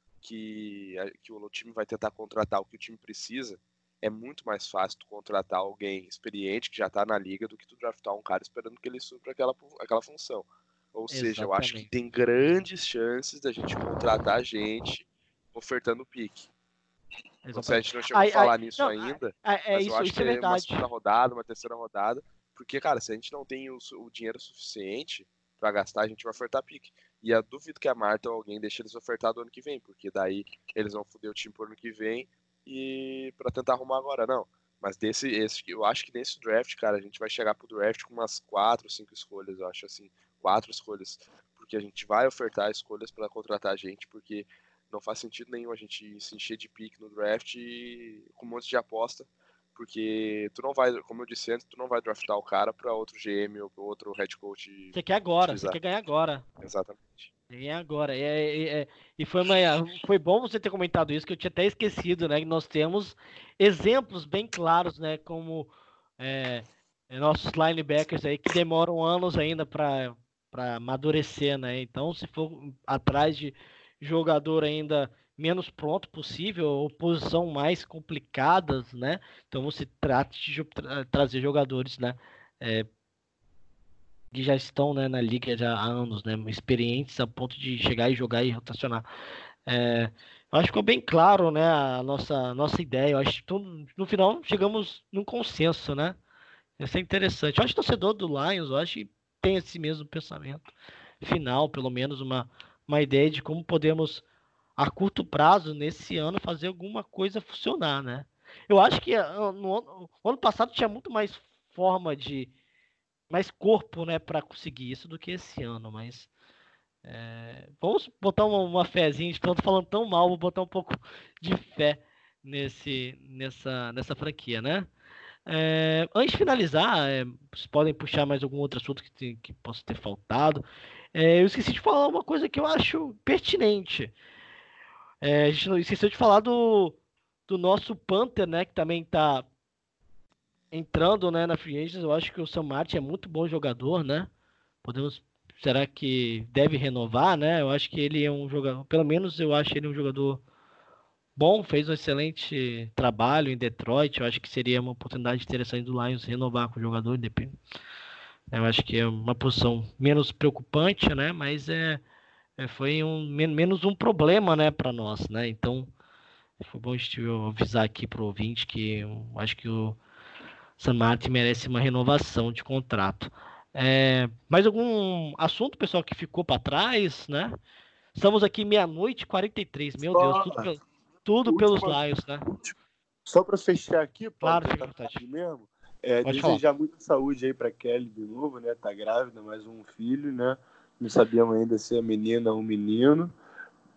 que, a- que o time vai tentar contratar o que o time precisa, é muito mais fácil tu contratar alguém experiente que já tá na liga do que tu draftar um cara esperando que ele supra aquela, pu- aquela função. Ou seja, eu acho que Exatamente. tem grandes chances da gente contratar gente ofertando pique. Não sei, a gente não chegou Ai, a falar ai, nisso não, ainda, ai, é, mas isso, eu acho isso que é é uma verdade. segunda rodada, uma terceira rodada, porque, cara, se a gente não tem o, su- o dinheiro suficiente pra gastar, a gente vai ofertar pique. E eu duvido que a Marta ou alguém deixe eles ofertar do ano que vem, porque daí eles vão foder o time pro ano que vem e pra tentar arrumar agora, não. Mas desse, esse, eu acho que nesse draft, cara, a gente vai chegar pro draft com umas quatro, cinco escolhas, eu acho assim, quatro escolhas, porque a gente vai ofertar escolhas pra contratar a gente, porque não faz sentido nenhum a gente se encher de pique no draft e, com um monte de aposta, porque tu não vai, como eu disse antes, tu não vai draftar o cara pra outro G M ou pra outro head coach Você quer agora, utilizar. você quer ganhar agora. Exatamente. Ganhar agora. É, é, é, e foi, uma, foi bom você ter comentado isso, que eu tinha até esquecido, né? Que nós temos exemplos bem claros, né? Como é, é, nossos linebackers aí que demoram anos ainda para para amadurecer, né? Então, se for atrás de jogador ainda menos pronto possível, ou posição mais complicadas, né? Então você trate de tra trazer jogadores, né? É, que já estão, né, na liga já há anos, né? Experientes a ponto de chegar e jogar e rotacionar. É, eu acho que ficou bem claro, né, a nossa, nossa ideia. Eu acho que tudo- no final chegamos num consenso, né? Isso é interessante. Eu acho que o torcedor do Lions, eu acho que tem esse mesmo pensamento final, pelo menos uma, uma ideia de como podemos, a curto prazo, nesse ano, fazer alguma coisa funcionar, né? Eu acho que ah, no ano, o ano passado tinha muito mais forma de, mais corpo, né, para conseguir isso do que esse ano, mas é, vamos botar uma, uma fezinha, estamos falando tão mal, vou botar um pouco de fé nesse, nessa, nessa franquia, né? É, antes de finalizar, é, vocês podem puxar mais algum outro assunto que, te- que possa ter faltado. É, eu esqueci de falar uma coisa que eu acho pertinente. É, a gente não esqueceu de falar do, do nosso Panther, né? Que também está entrando, né, na Free Agents. Eu acho que o Sam Martin é muito bom jogador, né? Podemos, será que deve renovar, né? Eu acho que ele é um jogador, pelo menos eu acho ele um jogador bom, fez um excelente trabalho em Detroit. Eu acho que seria uma oportunidade interessante do Lions renovar com o jogador. Independente. Eu acho que é uma posição menos preocupante, né? Mas é, é foi um men- menos um problema, né, para nós, né? Então foi bom a gente avisar aqui pro ouvinte que eu acho que o Sam Martin merece uma renovação de contrato. É, mais algum assunto, pessoal, que ficou para trás, né? Estamos aqui meia-noite e quarenta e três. Meu Deus, tudo, pe- tudo pelos Última- Lions, né? Só para fechar aqui, Paulo, Claro, já fica à tá vontade. tarde mesmo. É, Pode desejar muita saúde aí para Kelly de novo, né? Tá grávida, mais um filho, né? Não sabíamos ainda se é menina ou menino.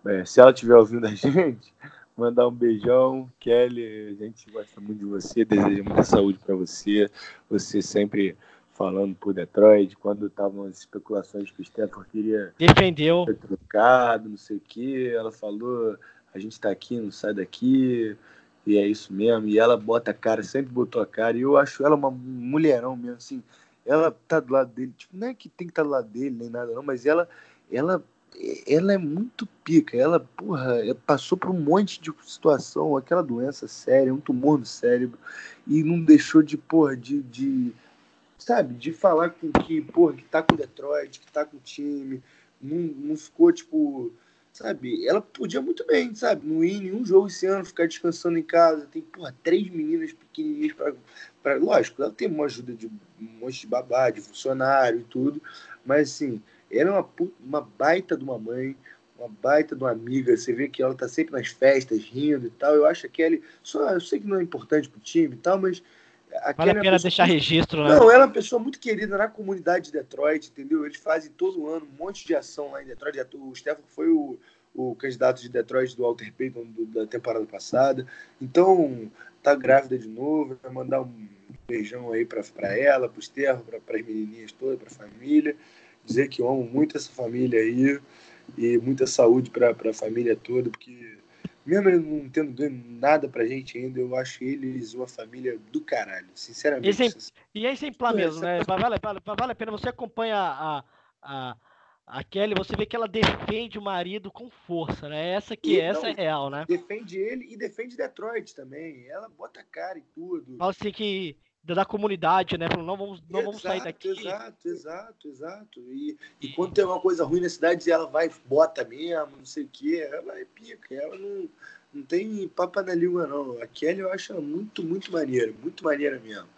é, se ela estiver ouvindo a gente, mandar um beijão. Kelly, a gente gosta muito de você, deseja muita saúde para você. Você sempre falando por Detroit, quando estavam as especulações que o Stafford queria Defendeu. ser trocado, não sei o que, ela falou, a gente tá aqui, não sai daqui, e é isso mesmo, e ela bota a cara, sempre botou a cara, e eu acho ela uma mulherão mesmo, assim, ela tá do lado dele, tipo, não é que tem que estar do lado dele, nem nada não, mas ela, ela, ela é muito pica, ela, porra, passou por um monte de situação, aquela doença séria, um tumor no cérebro, e não deixou de, porra, de... de sabe, de falar com que, porra, que tá com o Detroit, que tá com o time, não, não ficou, tipo, sabe, ela podia muito bem, sabe, não ir em nenhum jogo esse ano, ficar descansando em casa, tem, porra, três meninas pequenininhas pra, pra lógico, ela tem uma ajuda de um monte de babá, de funcionário e tudo, mas, assim, ela é uma, uma baita de uma mãe, uma baita de uma amiga, você vê que ela tá sempre nas festas, rindo e tal, eu acho que ela, só, eu sei que não é importante pro time e tal, mas vale a pena deixar muito... registro, né? Não, ela é uma pessoa muito querida na comunidade de Detroit, entendeu? Eles fazem todo ano um monte de ação lá em Detroit. O Stefan foi o, o candidato de Detroit do Walter Payton do, da temporada passada. Então, tá grávida de novo. Vai mandar um beijão aí pra, pra ela, pro Stefan, pra, pras menininhas todas, pra família. Dizer que eu amo muito essa família aí e muita saúde pra, pra família toda, porque... mesmo ele não tendo ganho nada pra gente ainda, eu acho eles uma família do caralho, sinceramente. Exempl... E é exemplar Pô, mesmo, né? essa- Vale, vale, vale a pena. Você acompanha a, a, a Kelly, você vê que ela defende o marido com força, né? Essa que E, essa não, é real, né? defende ele e defende Detroit também. Ela bota a cara e tudo. Fala assim que da comunidade, né? Falou, não vamos, não vamos sair daqui. Exato, exato, exato. E, e quando tem uma coisa ruim na cidade, ela vai, bota mesmo, não sei o quê. Ela é pica, ela não, não tem papo na língua, não. A Kelly eu acho ela muito, muito maneira, muito maneira mesmo.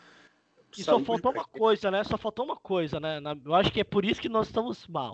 E só Saúde faltou pra uma coisa, né? Só faltou uma coisa, né? Na- Eu acho que é por isso que nós estamos mal.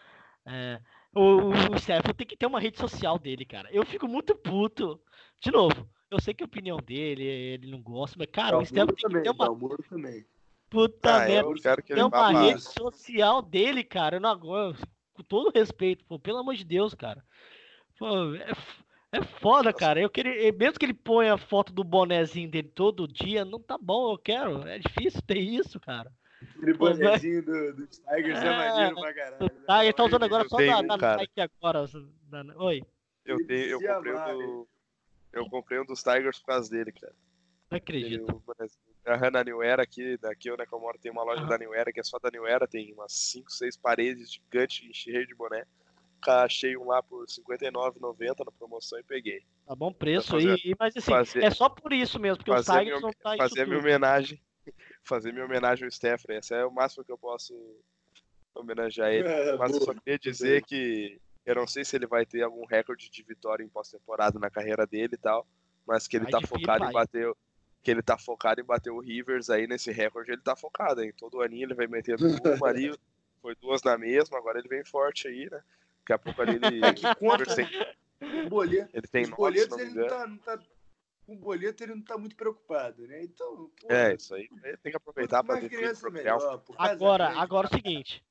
É, o, o Stefan tem que ter uma rede social dele, cara. Eu fico muito puto. De novo, eu sei que a opinião dele, ele não gosta, mas, cara, o Stefan Dalmoro tem que ter também, uma Dalmoro também. puta Ah, merda. eu quero que Tem ele vá uma pra... rede social dele, cara. Eu não aguento. Com todo respeito, pô, pelo amor de Deus, cara. Pô, é, f- é foda, cara. Eu queria, mesmo que ele ponha a foto do bonezinho dele todo dia, não tá bom, eu quero. É difícil ter isso, cara. Aquele Pô, mas- bonezinho do, dos Tigers é, É, maneiro pra caralho. Né? tá, ele tá Não, usando agora Eu só tenho da, um, da cara. Nike agora. da- Oi, Eu, ele tenho, eu se comprei amarra, um do... Eu comprei um dos Tigers por causa dele, cara. não Ele, acredito. a na New Era aqui, daqui onde é que eu moro, tem uma loja Aham. da New Era que é só da New Era, tem umas cinco, seis paredes gigantes cheias de boné. Achei um lá por cinquenta e nove reais e noventa centavos na promoção e peguei. Tá bom preço Pra fazer- aí, e- mas assim, fazer- é só por isso mesmo, porque os Fazer a Tigers minha, não tá isso fazer a minha tudo. homenagem. Fazer minha homenagem ao Stephanie. Essa é o máximo que eu posso homenagear ele. É, Mas eu boa. só queria dizer que eu não sei se ele vai ter algum recorde de vitória em pós-temporada na carreira dele e tal, mas que ele Vai tá de filho, focado em vai. bater. Que ele tá focado em bater o Rivers aí nesse recorde, ele tá focado, hein? Todo aninho ele vai metendo uma ali, foi duas na mesma, agora ele vem forte aí, né? Daqui a pouco ali ele. É que o conta Rivers tem, o boleto. ele tem Os nove, se boletos não me ele não engano. tá, não tá. Com o boleto ele não tá muito preocupado, né? Então, pô, É, isso aí. Ele tem que aproveitar quanto pra mais ter filho, criança, procriar um melhor. Por Agora, casamento. agora é o seguinte,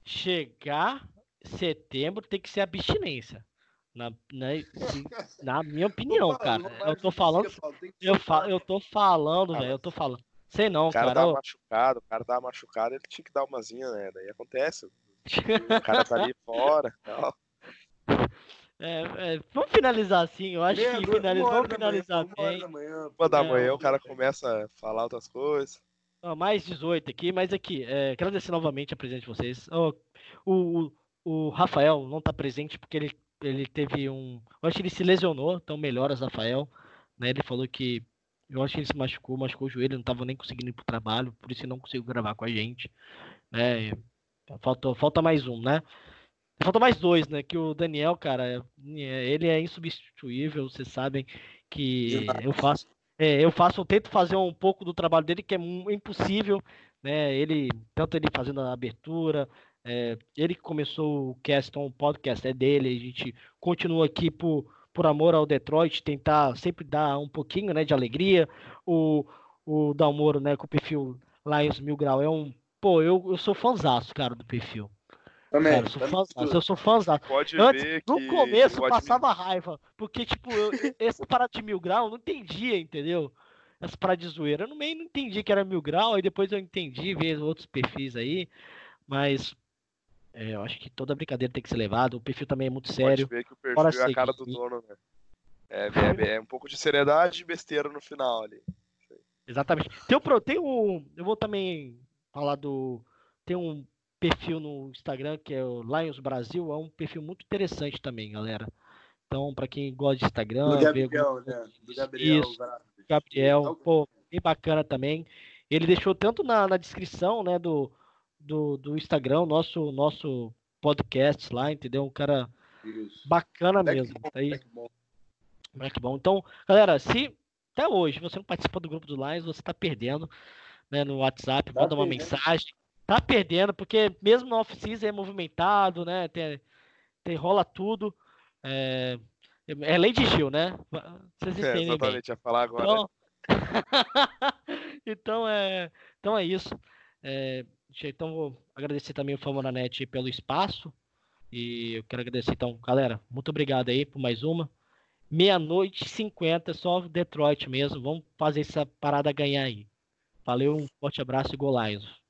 chegar setembro tem que ser abstinência. Na, na, se- na minha opinião, Ô, Paulo, cara. Romário Eu tô dizia, falando, Paulo, tem que eu, soltar fa, eu tô falando, Ah, velho, eu mas tô falando. Sei não, o cara cara. tá ô. machucado, o cara tá machucado, ele tinha que dar umazinha, né? Daí acontece. O cara tá ali fora e tal. É, é, vamos finalizar assim, eu acho meia que noite, finaliza, uma hora vamos da manhã, finalizar uma hora bem. da manhã. Uma da É, manhã ó. o cara começa a falar outras coisas. Ó, mais dezoito aqui, mas aqui, é, quero agradecer novamente a presença de vocês. Ó, o, o, o Rafael não tá presente porque ele, ele teve um. Eu acho que ele se lesionou, então melhoras, Rafael. Né, ele falou que. Eu acho que ele se machucou, machucou o joelho, não tava nem conseguindo ir pro trabalho, por isso ele não conseguiu gravar com a gente. Né? Falta, falta mais um, né? Falta mais dois, né? Que o Daniel, cara, é- ele é insubstituível. Vocês sabem que eu faço, é, eu faço, eu tento fazer um pouco do trabalho dele que é mu- impossível, né? Ele, tanto ele fazendo a abertura, é, ele que começou o cast, então o podcast é dele. A gente continua aqui por, por amor ao Detroit, tentar sempre dar um pouquinho, né, de alegria. O, o Dalmoro, né, com o perfil Lions Mil Grau é um, pô, eu, eu sou fãzaço, cara, do perfil. Também. Cara, eu sou também fãzão, sou. eu sou fãzão. Pode Antes, ver no que começo, eu passava raiva. Porque, tipo, eu, essa parada de mil grau, eu não entendia, entendeu? Essa parada de zoeira. Eu no meio não entendi que era mil grau, aí depois eu entendi, ver outros perfis aí. Mas é, eu acho que toda brincadeira tem que ser levada. O perfil também é muito Pode sério. ver que o Bora perfil é a cara do seguir. dono, né? É, é, é um pouco de seriedade e besteira no final ali. Exatamente. Tem, um, pro- tem um. Eu vou também falar do. Tem um perfil no Instagram que é o Lions Brasil. É um perfil muito interessante também, galera. Então, pra quem gosta de Do Instagram, ver alguma Gabriel, né? Do Gabriel. isso, Vargas. Gabriel, Legal. pô, bem bacana também. Ele deixou tanto na, na descrição, né, do, do, do Instagram, nosso nosso podcast lá, entendeu? Um cara Isso. bacana Moleque mesmo. bom, Tá aí, moleque bom. moleque bom. Então, galera, se até hoje você não participa do grupo do Lions, você tá perdendo, né, no WhatsApp, Tá manda uma perdendo. mensagem. Tá perdendo, porque mesmo no off-season é movimentado, né? Tem, tem rola tudo. É, é lei de Gil, né? Vocês É, entendem bem. exatamente, ia falar agora. Então, então é, então é isso. É, gente, então vou agradecer também o Fambonanet pelo espaço. E eu quero agradecer, então, galera, muito obrigado aí por mais uma. Meia-noite e cinquenta, só Detroit mesmo. Vamos fazer essa parada ganhar aí. Valeu, um forte abraço e Go Lions.